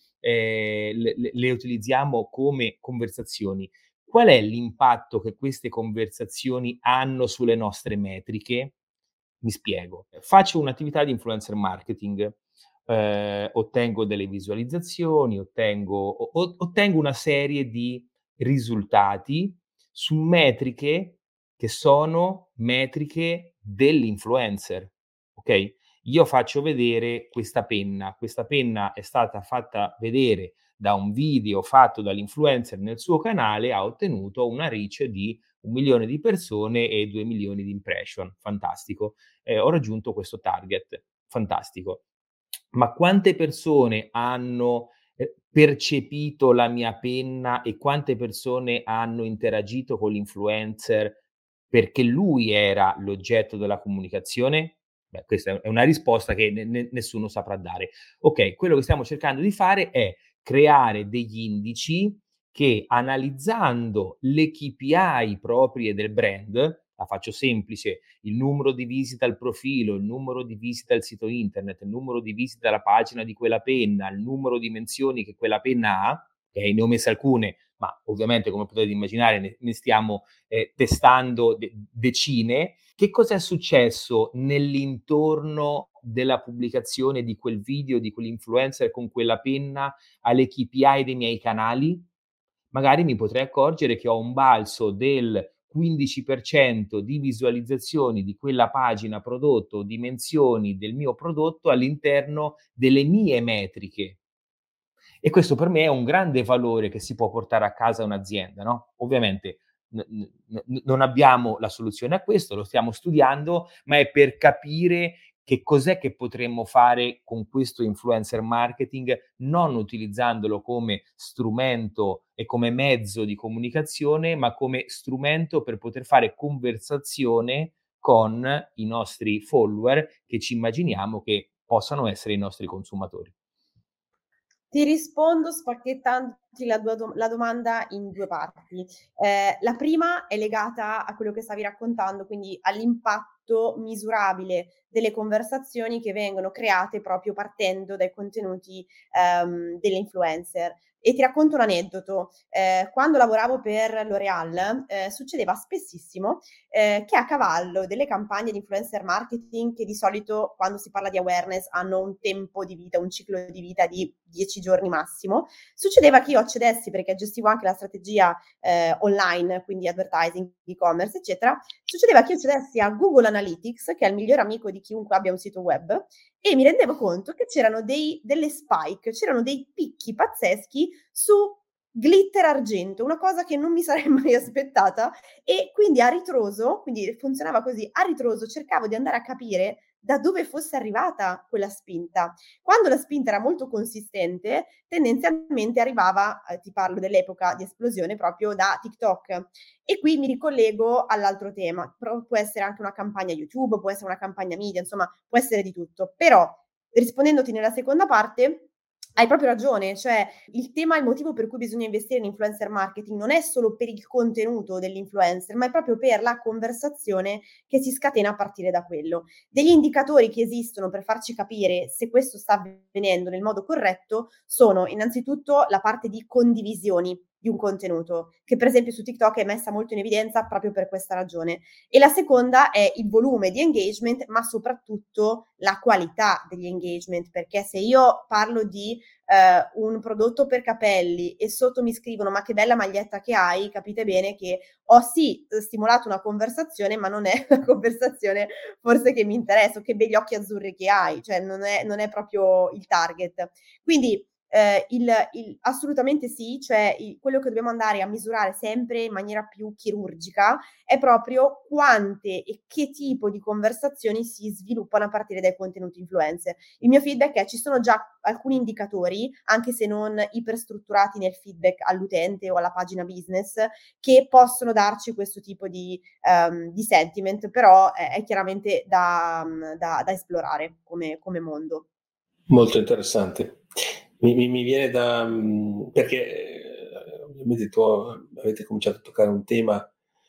le utilizziamo come conversazioni, qual è l'impatto che queste conversazioni hanno sulle nostre metriche? Mi spiego. Faccio un'attività di influencer marketing, ottengo delle visualizzazioni, ottengo una serie di risultati su metriche che sono metriche dell'influencer, okay? Io faccio vedere questa penna è stata fatta vedere da un video fatto dall'influencer nel suo canale, ha ottenuto una reach di 1 milione di persone e 2 milioni di impression. Fantastico. Ho raggiunto questo target. Fantastico. Ma quante persone hanno percepito la mia penna e quante persone hanno interagito con l'influencer perché lui era l'oggetto della comunicazione? Beh, questa è una risposta che nessuno saprà dare. Okay, quello che stiamo cercando di fare è creare degli indici che analizzando le KPI proprie del brand, la faccio semplice, il numero di visite al profilo, il numero di visite al sito internet, il numero di visite alla pagina di quella penna, il numero di menzioni che quella penna ha, ne ho messe alcune, ma ovviamente come potete immaginare ne stiamo testando decine. Che cosa è successo nell'intorno della pubblicazione di quel video, di quell'influencer con quella penna alle KPI dei miei canali? Magari mi potrei accorgere che ho un balzo del 15% di visualizzazioni di quella pagina prodotto o di menzioni del mio prodotto all'interno delle mie metriche. E questo per me è un grande valore che si può portare a casa un'azienda, no? Ovviamente non abbiamo la soluzione a questo, lo stiamo studiando, ma è per capire che cos'è che potremmo fare con questo influencer marketing, non utilizzandolo come strumento e come mezzo di comunicazione, ma come strumento per poter fare conversazione con i nostri follower, che ci immaginiamo che possano essere i nostri consumatori. Ti rispondo spacchettandoti la domanda in 2 parti. La prima è legata a quello che stavi raccontando, quindi all'impatto misurabile delle conversazioni che vengono create proprio partendo dai contenuti, delle influencer. E ti racconto un aneddoto: quando lavoravo per L'Oréal, succedeva spessissimo, che a cavallo delle campagne di influencer marketing, che di solito quando si parla di awareness hanno un tempo di vita, un ciclo di vita di 10 giorni massimo, succedeva che io accedessi, perché gestivo anche la strategia online, quindi advertising, e-commerce, eccetera, succedeva che io accedessi a Google Analytics, che è il miglior amico di chiunque abbia un sito web, e mi rendevo conto che c'erano delle spike, c'erano dei picchi pazzeschi su glitter argento, una cosa che non mi sarei mai aspettata, e quindi a ritroso, quindi funzionava così, a ritroso cercavo di andare a capire da dove fosse arrivata quella spinta. Quando la spinta era molto consistente, tendenzialmente arrivava, ti parlo dell'epoca di esplosione, proprio da TikTok. E qui mi ricollego all'altro tema, può essere anche una campagna YouTube, può essere una campagna media, insomma, può essere di tutto. Però, rispondendoti nella seconda parte, hai proprio ragione, cioè il tema, il motivo per cui bisogna investire in influencer marketing non è solo per il contenuto dell'influencer, ma è proprio per la conversazione che si scatena a partire da quello. Degli indicatori che esistono per farci capire se questo sta avvenendo nel modo corretto sono innanzitutto la parte di condivisioni di un contenuto, che per esempio su TikTok è messa molto in evidenza proprio per questa ragione. E la seconda è il volume di engagement, ma soprattutto la qualità degli engagement, perché se io parlo di un prodotto per capelli e sotto mi scrivono "ma che bella maglietta che hai", capite bene che ho sì stimolato una conversazione, ma non è una conversazione forse che mi interessa, o "che begli occhi azzurri che hai", cioè non è proprio il target. Quindi assolutamente sì, cioè quello che dobbiamo andare a misurare sempre in maniera più chirurgica è proprio quante e che tipo di conversazioni si sviluppano a partire dai contenuti influencer. Il mio feedback è: ci sono già alcuni indicatori, anche se non iperstrutturati nel feedback all'utente o alla pagina business, che possono darci questo tipo di sentiment, però è chiaramente da esplorare come mondo. Molto interessante. Mi viene da perché ovviamente tu avete cominciato a toccare un tema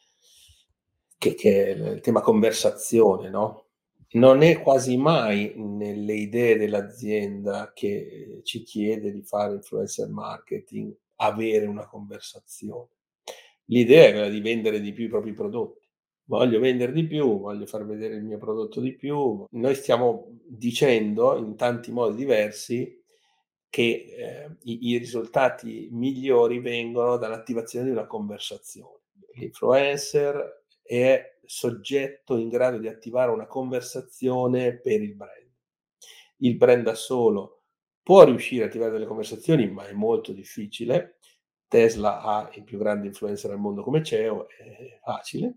che è il tema conversazione, no, non è quasi mai nelle idee dell'azienda che ci chiede di fare influencer marketing avere una conversazione. L'idea è quella di vendere di più i propri prodotti. Voglio vendere di più, voglio far vedere il mio prodotto di più. Noi stiamo dicendo in tanti modi diversi che i risultati migliori vengono dall'attivazione di una conversazione. L'influencer è soggetto in grado di attivare una conversazione per il brand. Il brand da solo può riuscire a attivare delle conversazioni, ma è molto difficile. Tesla ha il più grande influencer al mondo come CEO, è facile.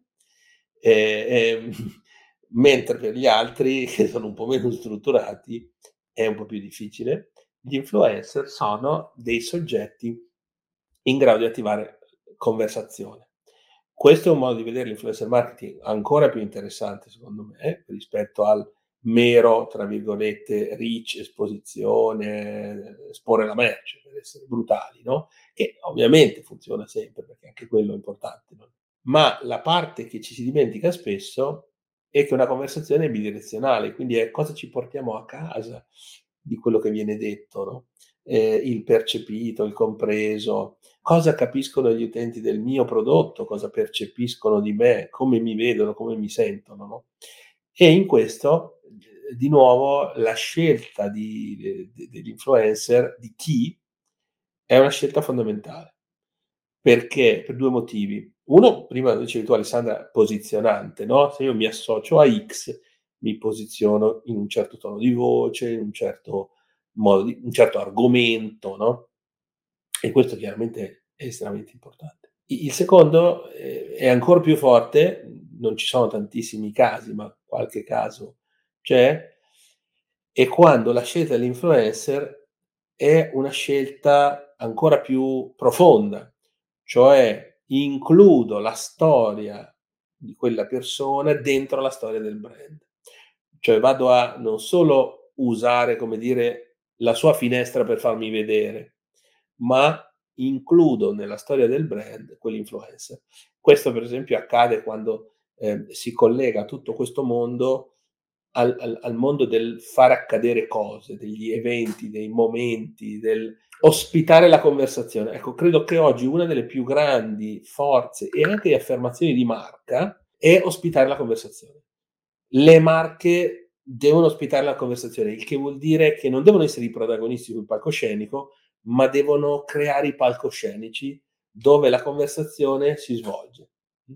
Mentre per gli altri, che sono un po' meno strutturati, è un po' più difficile. Gli influencer sono dei soggetti in grado di attivare conversazione. Questo è un modo di vedere l'influencer marketing ancora più interessante, secondo me, rispetto al mero, tra virgolette, reach, esposizione, esporre la merce, per essere brutali, no? Che ovviamente funziona sempre, perché anche quello è importante, no? Ma la parte che ci si dimentica spesso è che una conversazione è bidirezionale, quindi è cosa ci portiamo a casa di quello che viene detto, no? Il percepito, il compreso, cosa capiscono gli utenti del mio prodotto, cosa percepiscono di me, come mi vedono, come mi sentono, no? E in questo, di nuovo, la scelta dell'influencer, di chi, è una scelta fondamentale. Perché? Per due motivi. Uno, prima dicevi tu Alessandra, posizionante, no? Se io mi associo a X, mi posiziono in un certo tono di voce, in un certo modo un certo argomento, no? E questo chiaramente è estremamente importante. Il secondo è ancora più forte, non ci sono tantissimi casi, ma qualche caso c'è, e quando la scelta dell'influencer è una scelta ancora più profonda, cioè includo la storia di quella persona dentro la storia del brand. Cioè vado a non solo usare, come dire, la sua finestra per farmi vedere, ma includo nella storia del brand quell'influencer. Questo per esempio accade quando si collega tutto questo mondo al mondo del fare accadere cose, degli eventi, dei momenti, del ospitare la conversazione. Ecco, credo che oggi una delle più grandi forze e anche affermazioni di marca è ospitare la conversazione. Le marche devono ospitare la conversazione, il che vuol dire che non devono essere i protagonisti sul palcoscenico, ma devono creare i palcoscenici dove la conversazione si svolge.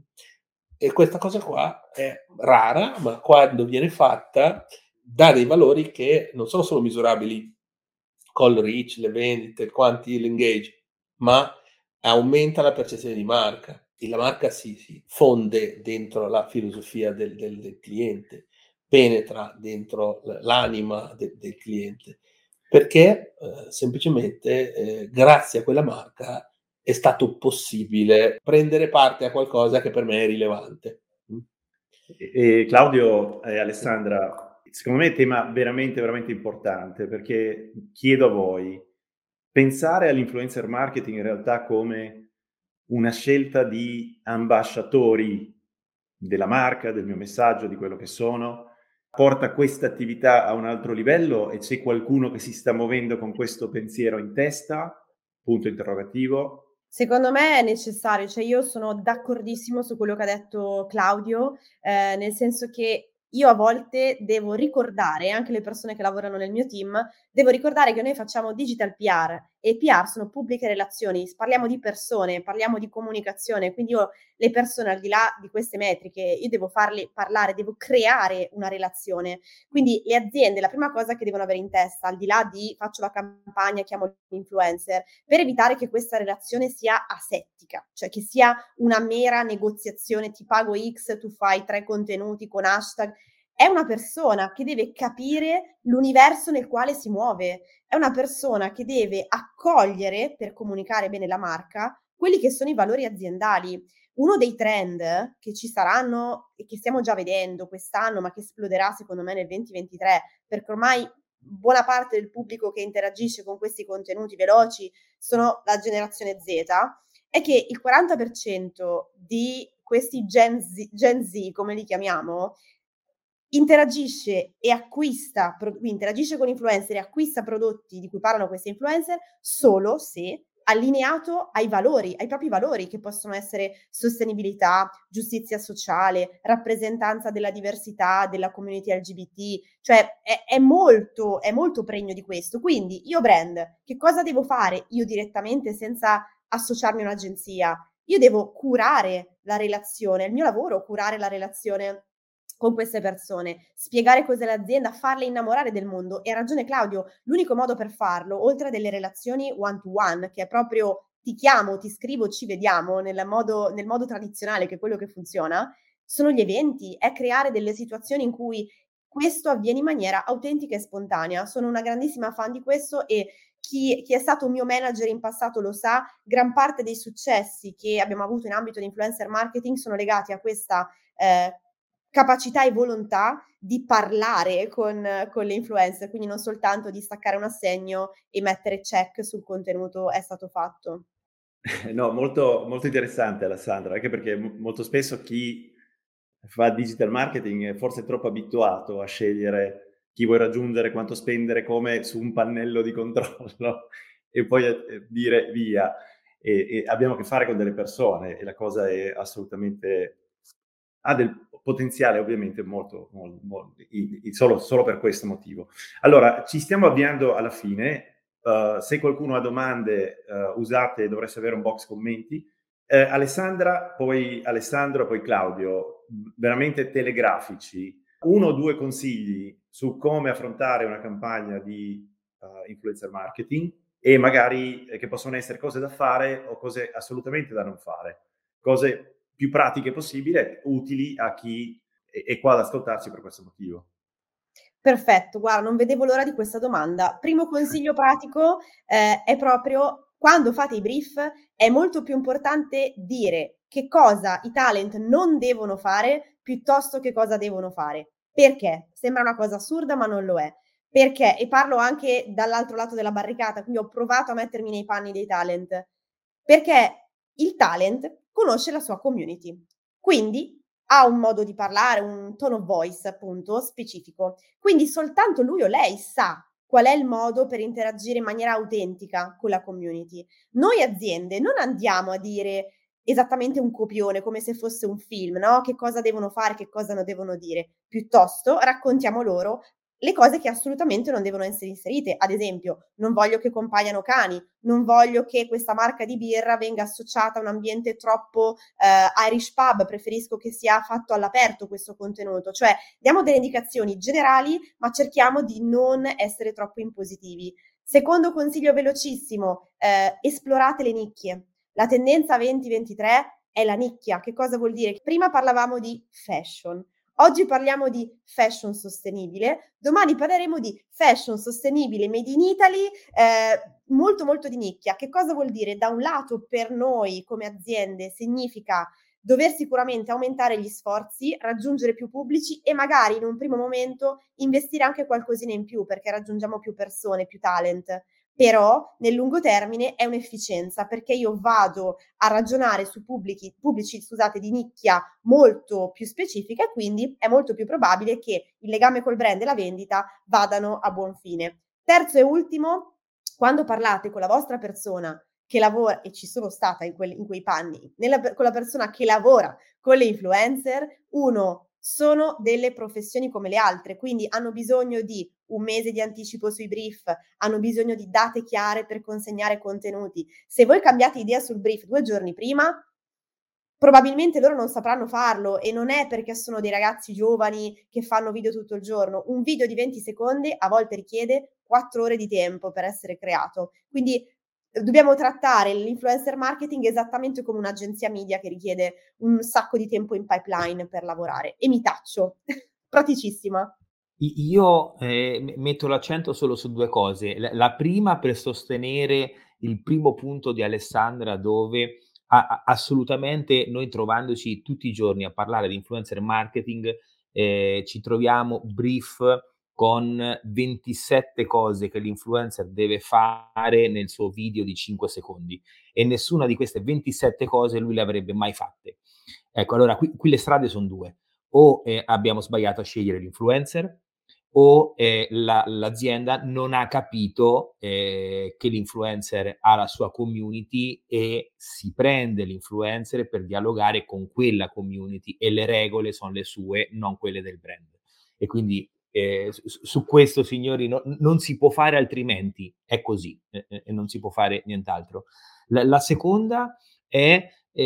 E questa cosa qua è rara, ma quando viene fatta dà dei valori che non sono solo misurabili col reach, le vendite, quanti l'engage, ma aumenta la percezione di marca e la marca si fonde dentro la filosofia del cliente, penetra dentro l'anima del cliente, perché semplicemente grazie a quella marca è stato possibile prendere parte a qualcosa che per me è rilevante. E Claudio e Alessandra, secondo me è un tema veramente, veramente importante, perché chiedo a voi, pensare all'influencer marketing in realtà come una scelta di ambasciatori della marca, del mio messaggio, di quello che sono, porta questa attività a un altro livello e c'è qualcuno che si sta muovendo con questo pensiero in testa? Punto interrogativo. Secondo me è necessario, cioè io sono d'accordissimo su quello che ha detto Claudio, nel senso che io a volte devo ricordare, anche le persone che lavorano nel mio team, devo ricordare che noi facciamo digital PR e PR sono pubbliche relazioni, parliamo di persone, parliamo di comunicazione, quindi io le persone al di là di queste metriche, io devo farle parlare, devo creare una relazione. Quindi le aziende, la prima cosa che devono avere in testa, al di là di faccio la campagna, chiamo l'influencer, per evitare che questa relazione sia asettica, cioè che sia una mera negoziazione, ti pago X, tu fai 3 contenuti con hashtag. È una persona che deve capire l'universo nel quale si muove, è una persona che deve accogliere, per comunicare bene la marca, quelli che sono i valori aziendali. Uno dei trend che ci saranno e che stiamo già vedendo quest'anno, ma che esploderà secondo me nel 2023, perché ormai buona parte del pubblico che interagisce con questi contenuti veloci sono la generazione Z, è che il 40% di questi Gen Z, come li chiamiamo, interagisce e acquista interagisce con influencer e acquista prodotti di cui parlano questi influencer solo se allineato ai valori, ai propri valori che possono essere sostenibilità, giustizia sociale, rappresentanza della diversità, della community LGBT, cioè è molto pregno di questo. Quindi io brand, che cosa devo fare io direttamente senza associarmi a un'agenzia? Io devo curare la relazione, è il mio lavoro curare la relazione con queste persone, spiegare cos'è l'azienda, farle innamorare del mondo. E ha ragione Claudio, l'unico modo per farlo, oltre a delle relazioni one to one, che è proprio ti chiamo, ti scrivo, ci vediamo nel modo tradizionale, che è quello che funziona, sono gli eventi, è creare delle situazioni in cui questo avviene in maniera autentica e spontanea. Sono una grandissima fan di questo e chi è stato un mio manager in passato lo sa, gran parte dei successi che abbiamo avuto in ambito di influencer marketing sono legati a questa capacità e volontà di parlare con le influencer, quindi non soltanto di staccare un assegno e mettere check sul contenuto è stato fatto. No, molto, molto interessante Alessandra, anche perché molto spesso chi fa digital marketing è forse troppo abituato a scegliere chi vuoi raggiungere, quanto spendere, come su un pannello di controllo e poi dire via. E abbiamo a che fare con delle persone e la cosa è assolutamente... ha del potenziale ovviamente solo per questo motivo. Allora, ci stiamo avviando alla fine. Se qualcuno ha domande, usate, dovreste avere un box commenti. Alessandra, poi Alessandro, poi Claudio, veramente telegrafici. 1 o 2 consigli su come affrontare una campagna di influencer marketing e magari che possono essere cose da fare o cose assolutamente da non fare. Cose più pratiche possibile, utili a chi è qua ad ascoltarci per questo motivo. Perfetto, guarda, non vedevo l'ora di questa domanda. Primo consiglio pratico è proprio quando fate i brief è molto più importante dire che cosa i talent non devono fare piuttosto che cosa devono fare. Perché? Sembra una cosa assurda, ma non lo è. Perché? E parlo anche dall'altro lato della barricata, quindi ho provato a mettermi nei panni dei talent. Perché il talent conosce la sua community, quindi ha un modo di parlare, un tone of voice appunto specifico. Quindi soltanto lui o lei sa qual è il modo per interagire in maniera autentica con la community. Noi aziende non andiamo a dire esattamente un copione come se fosse un film, no? Che cosa devono fare, che cosa non devono dire. Piuttosto raccontiamo loro le cose che assolutamente non devono essere inserite. Ad esempio, non voglio che compaiano cani, non voglio che questa marca di birra venga associata a un ambiente troppo Irish pub, preferisco che sia fatto all'aperto questo contenuto. Cioè, diamo delle indicazioni generali, ma cerchiamo di non essere troppo impositivi. Secondo consiglio velocissimo, esplorate le nicchie. La tendenza 2023 è la nicchia. Che cosa vuol dire? Prima parlavamo di fashion. Oggi parliamo di fashion sostenibile, domani parleremo di fashion sostenibile made in Italy, molto molto di nicchia. Che cosa vuol dire? Da un lato per noi come aziende significa dover sicuramente aumentare gli sforzi, raggiungere più pubblici e magari in un primo momento investire anche qualcosina in più perché raggiungiamo più persone, più talent. Però nel lungo termine è un'efficienza perché io vado a ragionare su pubblici di nicchia molto più specifica e quindi è molto più probabile che il legame col brand e la vendita vadano a buon fine. Terzo e ultimo, quando parlate con la vostra persona che lavora, e ci sono stata in quei panni, con la persona che lavora con le influencer, sono delle professioni come le altre, quindi hanno bisogno di un mese di anticipo sui brief, hanno bisogno di date chiare per consegnare contenuti. Se voi cambiate idea sul brief 2 giorni prima, probabilmente loro non sapranno farlo e non è perché sono dei ragazzi giovani che fanno video tutto il giorno. Un video di 20 secondi a volte richiede 4 ore di tempo per essere creato. Quindi dobbiamo trattare l'influencer marketing esattamente come un'agenzia media che richiede un sacco di tempo in pipeline per lavorare. E mi taccio. Praticissima. Io metto l'accento solo su due cose. La prima per sostenere il primo punto di Alessandra, dove assolutamente noi trovandoci tutti i giorni a parlare di influencer marketing, ci troviamo brief con 27 cose che l'influencer deve fare nel suo video di 5 secondi e nessuna di queste 27 cose lui le avrebbe mai fatte. Ecco, allora qui le strade sono due. O abbiamo sbagliato a scegliere l'influencer o l'azienda non ha capito che l'influencer ha la sua community e si prende l'influencer per dialogare con quella community e le regole sono le sue, non quelle del brand. E quindi su questo, signori, non si può fare altrimenti, è così e non si può fare nient'altro. La seconda è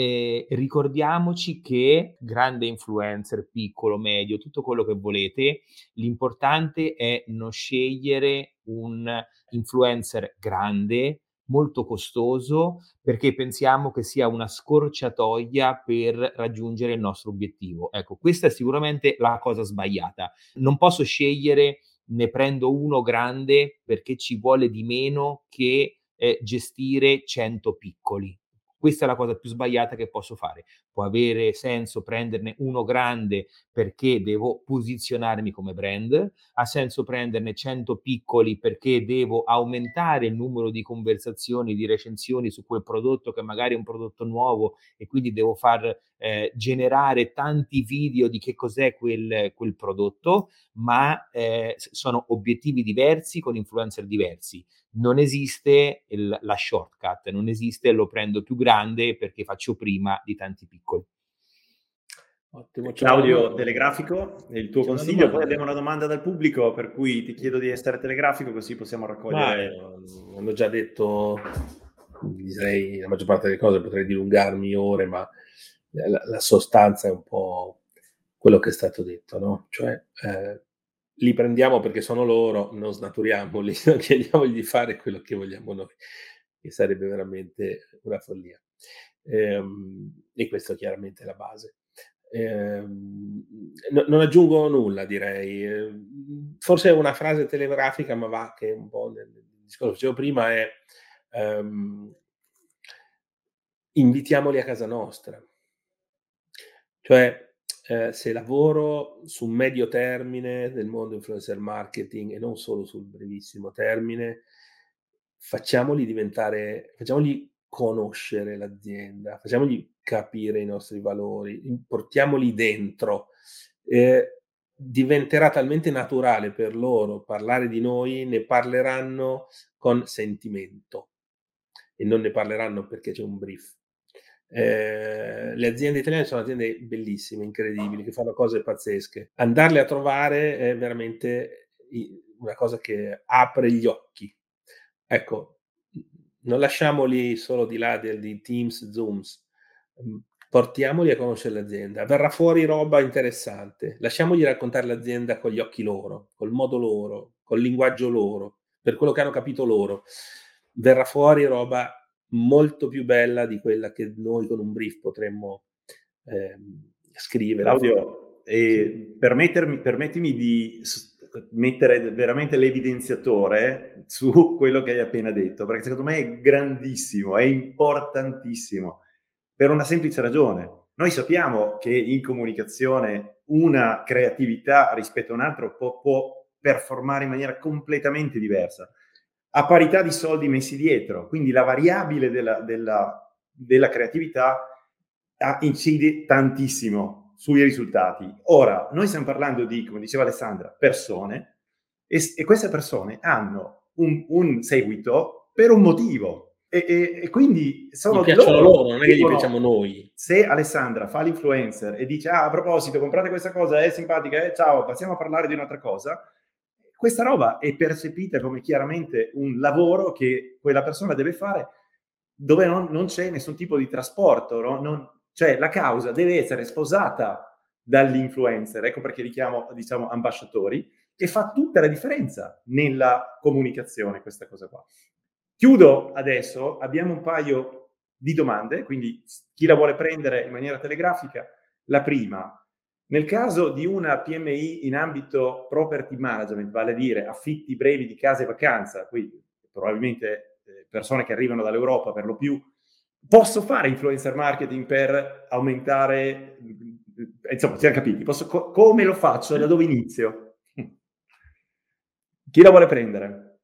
ricordiamoci che grande influencer, piccolo, medio, tutto quello che volete, l'importante è non scegliere un influencer grande, molto costoso, perché pensiamo che sia una scorciatoia per raggiungere il nostro obiettivo. Ecco, questa è sicuramente la cosa sbagliata. Non posso scegliere, ne prendo uno grande perché ci vuole di meno che gestire 100 piccoli. Questa è la cosa più sbagliata che posso fare. Può avere senso prenderne uno grande perché devo posizionarmi come brand, ha senso prenderne 100 piccoli perché devo aumentare il numero di conversazioni, di recensioni su quel prodotto che magari è un prodotto nuovo e quindi devo far generare tanti video di che cos'è quel prodotto, ma sono obiettivi diversi con influencer diversi. Non esiste la shortcut, non esiste lo prendo più grande perché faccio prima di tanti piccoli. Ottimo. Claudio, telegrafico, è il tuo consiglio. Poi abbiamo una domanda dal pubblico, per cui ti chiedo di essere telegrafico così possiamo raccogliere. Hanno già detto, direi la maggior parte delle cose, potrei dilungarmi ore, ma la sostanza è un po' quello che è stato detto, no? Cioè li prendiamo perché sono loro, non snaturiamoli, non chiediamogli di fare quello che vogliamo noi, che sarebbe veramente una follia. E questa chiaramente è la base. Non aggiungo nulla, direi. Forse una frase telegrafica, ma va che un po' nel discorso che dicevo prima, è invitiamoli a casa nostra. Cioè, se lavoro su medio termine del mondo influencer marketing e non solo sul brevissimo termine, facciamogli conoscere l'azienda, facciamogli capire i nostri valori, portiamoli dentro. Diventerà talmente naturale per loro parlare di noi, ne parleranno con sentimento e non ne parleranno perché c'è un brief. Le aziende italiane sono aziende bellissime, incredibili, che fanno cose pazzesche. Andarle a trovare è veramente una cosa che apre gli occhi. Ecco, non lasciamoli solo di là di Teams, Zooms, portiamoli a conoscere l'azienda. Verrà fuori roba interessante, lasciamogli raccontare l'azienda con gli occhi loro, col modo loro, col linguaggio loro, per quello che hanno capito loro. Verrà fuori roba molto più bella di quella che noi con un brief potremmo scrivere. Claudio, permettimi di mettere veramente l'evidenziatore su quello che hai appena detto, perché secondo me è grandissimo, è importantissimo, per una semplice ragione. Noi sappiamo che in comunicazione una creatività rispetto a un altro può performare in maniera completamente diversa, a parità di soldi messi dietro, quindi la variabile della creatività incide tantissimo sui risultati. Ora, noi stiamo parlando di, come diceva Alessandra, persone, e queste persone hanno un seguito per un motivo, e quindi sono gli piacciono loro, non è che gli piacciamo noi. Se Alessandra fa l'influencer e dice a proposito, comprate questa cosa, è simpatica, ciao, passiamo a parlare di un'altra cosa, questa roba è percepita come chiaramente un lavoro che quella persona deve fare dove non c'è nessun tipo di trasporto, no? Cioè la causa deve essere sposata dall'influencer, ecco perché li chiamo, diciamo, ambasciatori, e fa tutta la differenza nella comunicazione questa cosa qua. Chiudo adesso, abbiamo un paio di domande, quindi chi la vuole prendere in maniera telegrafica. La prima: nel caso di una PMI in ambito property management, vale a dire affitti brevi di case e vacanza, qui probabilmente persone che arrivano dall'Europa per lo più, posso fare influencer marketing per aumentare, insomma, siamo capiti, come lo faccio e da dove inizio? Chi la vuole prendere?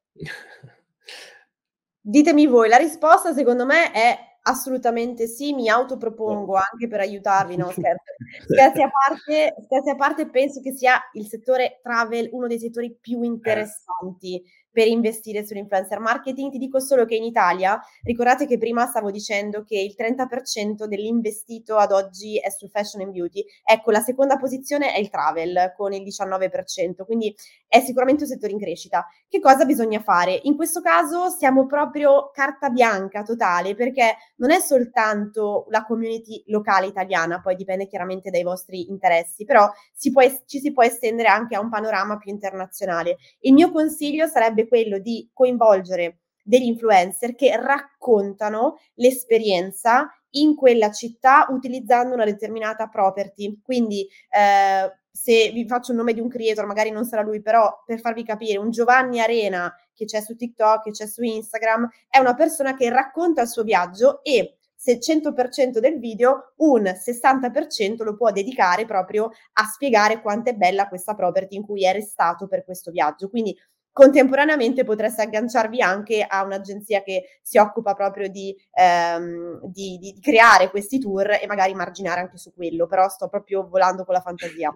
Ditemi voi, la risposta secondo me è assolutamente sì, mi autopropongo anche per aiutarvi, no scherzo. Scherzi a parte, penso che sia il settore travel uno dei settori più interessanti per investire sull'influencer marketing. Ti dico solo che in Italia, ricordate che prima stavo dicendo che il 30% dell'investito ad oggi è sul fashion and beauty, ecco, la seconda posizione è il travel con il 19%, quindi è sicuramente un settore in crescita. Che cosa bisogna fare? In questo caso siamo proprio carta bianca totale, perché non è soltanto la community locale italiana, poi dipende chiaramente dai vostri interessi, però ci si può estendere anche a un panorama più internazionale. Il mio consiglio sarebbe quello di coinvolgere degli influencer che raccontano l'esperienza in quella città utilizzando una determinata property. Quindi se vi faccio il nome di un creator, magari non sarà lui, però per farvi capire, un Giovanni Arena che c'è su TikTok, che c'è su Instagram, è una persona che racconta il suo viaggio e se il 100% del video, un 60% lo può dedicare proprio a spiegare quanto è bella questa property in cui è restato per questo viaggio. Quindi contemporaneamente potreste agganciarvi anche a un'agenzia che si occupa proprio di creare questi tour e magari marginare anche su quello, però sto proprio volando con la fantasia.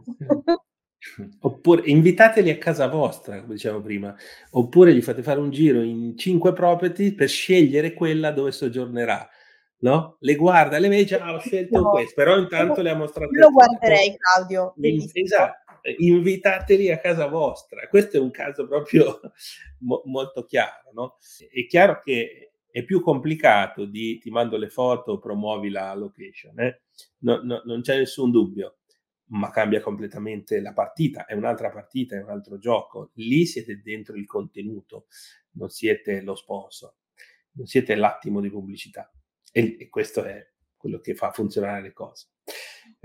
Oppure invitateli a casa vostra, come dicevamo prima, oppure gli fate fare un giro in 5 property per scegliere quella dove soggiornerà, no? Le guarda, le vede, ho scelto questo, però intanto le ha mostrato. Io lo guarderei, Claudio, bellissimo. Esatto, invitateli a casa vostra. Questo è un caso proprio molto chiaro, no? È chiaro che è più complicato di ti mando le foto, promuovi la location, non c'è nessun dubbio, ma cambia completamente la partita, è un'altra partita, è un altro gioco. Lì siete dentro il contenuto, non siete lo sponsor, non siete l'attimo di pubblicità, e questo è quello che fa funzionare le cose.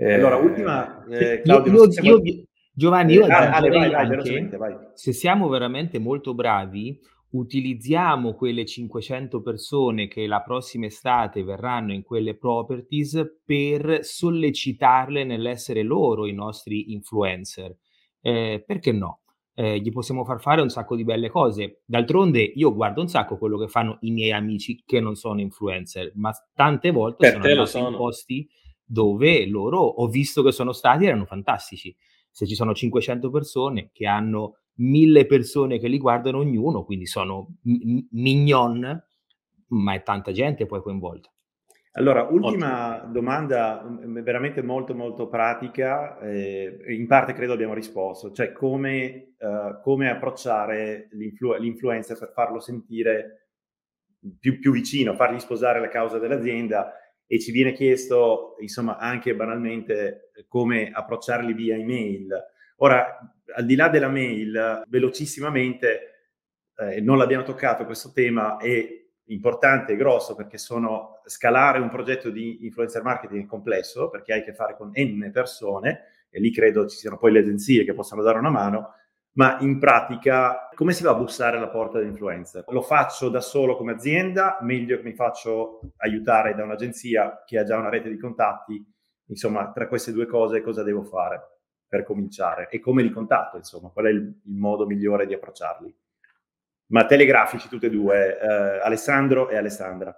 Allora, ultima, Claudio, Giovanni, io vai, anche, velocemente, vai. Se siamo veramente molto bravi, utilizziamo quelle 500 persone che la prossima estate verranno in quelle properties per sollecitarle nell'essere loro i nostri influencer. Perché no? Gli possiamo far fare un sacco di belle cose. D'altronde io guardo un sacco quello che fanno i miei amici che non sono influencer, ma tante volte sono andati in posti dove loro ho visto che sono stati, erano fantastici. Se ci sono 500 persone che hanno 1000 persone che li guardano ognuno, quindi sono mignon, ma è tanta gente poi coinvolta. Allora, ultima domanda veramente molto molto pratica, in parte credo abbiamo risposto, cioè come approcciare l'influencer per farlo sentire più vicino, fargli sposare la causa dell'azienda, e ci viene chiesto, insomma, anche banalmente come approcciarli via email. Ora, al di là della mail, velocissimamente, non l'abbiamo toccato questo tema, è importante e grosso perché scalare un progetto di influencer marketing è complesso, perché hai a che fare con N persone, e lì credo ci siano poi le agenzie che possono dare una mano, ma in pratica come si va a bussare alla porta dell'influencer? Lo faccio da solo come azienda, meglio che mi faccio aiutare da un'agenzia che ha già una rete di contatti? Insomma, tra queste due cose cosa devo fare per cominciare? E come li contatto, insomma? Qual è il modo migliore di approcciarli? Ma telegrafici tutti e due, Alessandro e Alessandra.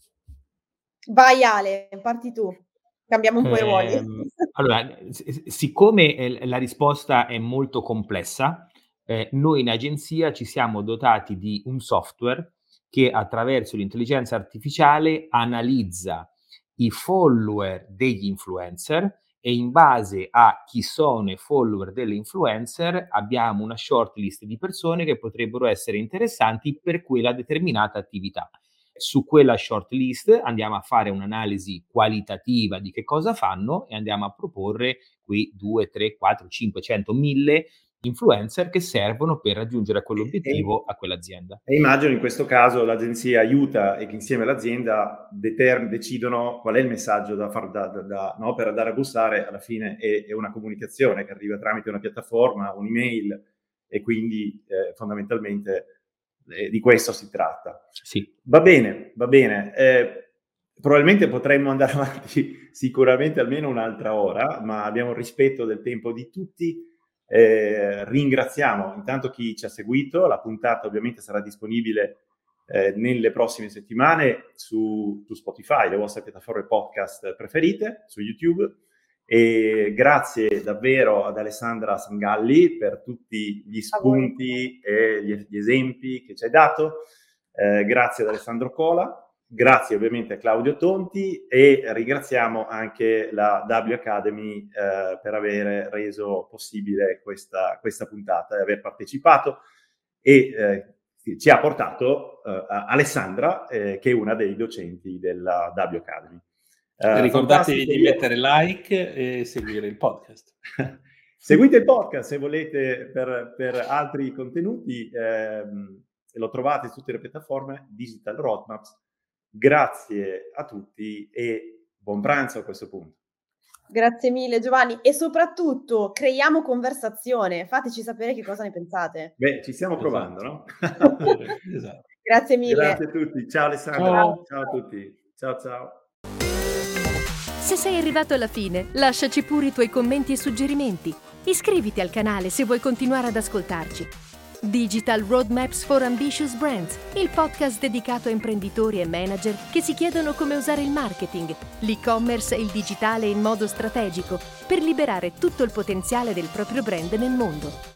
Vai Ale, parti tu. Cambiamo un po' i ruoli. Allora, siccome la risposta è molto complessa, noi in agenzia ci siamo dotati di un software che attraverso l'intelligenza artificiale analizza i follower degli influencer, e in base a chi sono i follower delle influencer abbiamo una shortlist di persone che potrebbero essere interessanti per quella determinata attività. Su quella shortlist andiamo a fare un'analisi qualitativa di che cosa fanno e andiamo a proporre quei 2, 3, 4, 500, 1000 influencer che servono per raggiungere quell'obiettivo a quell'azienda. E immagino in questo caso l'agenzia aiuta e che insieme all'azienda decidono qual è il messaggio da far no, per andare a bussare. Alla fine è una comunicazione che arriva tramite una piattaforma, un'email, e quindi fondamentalmente di questo si tratta. Sì. Va bene. Probabilmente potremmo andare avanti sicuramente almeno un'altra ora, ma abbiamo il rispetto del tempo di tutti. Ringraziamo intanto chi ci ha seguito. La puntata ovviamente sarà disponibile nelle prossime settimane su Spotify, le vostre piattaforme podcast preferite, su YouTube, e grazie davvero ad Alessandra Sangalli per tutti gli spunti e gli esempi che ci hai dato. Grazie ad Alessandro Cola. Grazie ovviamente a Claudio Tonti, e ringraziamo anche la W Academy per aver reso possibile questa puntata e aver partecipato, e ci ha portato Alessandra, che è una dei docenti della W Academy. Ricordatevi di mettere like e seguire il podcast. Seguite il podcast se volete per altri contenuti, lo trovate su tutte le piattaforme Digital Roadmaps. Grazie a tutti e buon pranzo a questo punto. Grazie mille Giovanni, e soprattutto creiamo conversazione, fateci sapere che cosa ne pensate. Beh, ci stiamo provando, no? Esatto. Grazie mille. Grazie a tutti, ciao Alessandra, ciao a tutti, ciao. Se sei arrivato alla fine, lasciaci pure i tuoi commenti e suggerimenti. Iscriviti al canale se vuoi continuare ad ascoltarci. Digital Roadmaps for Ambitious Brands, il podcast dedicato a imprenditori e manager che si chiedono come usare il marketing, l'e-commerce e il digitale in modo strategico per liberare tutto il potenziale del proprio brand nel mondo.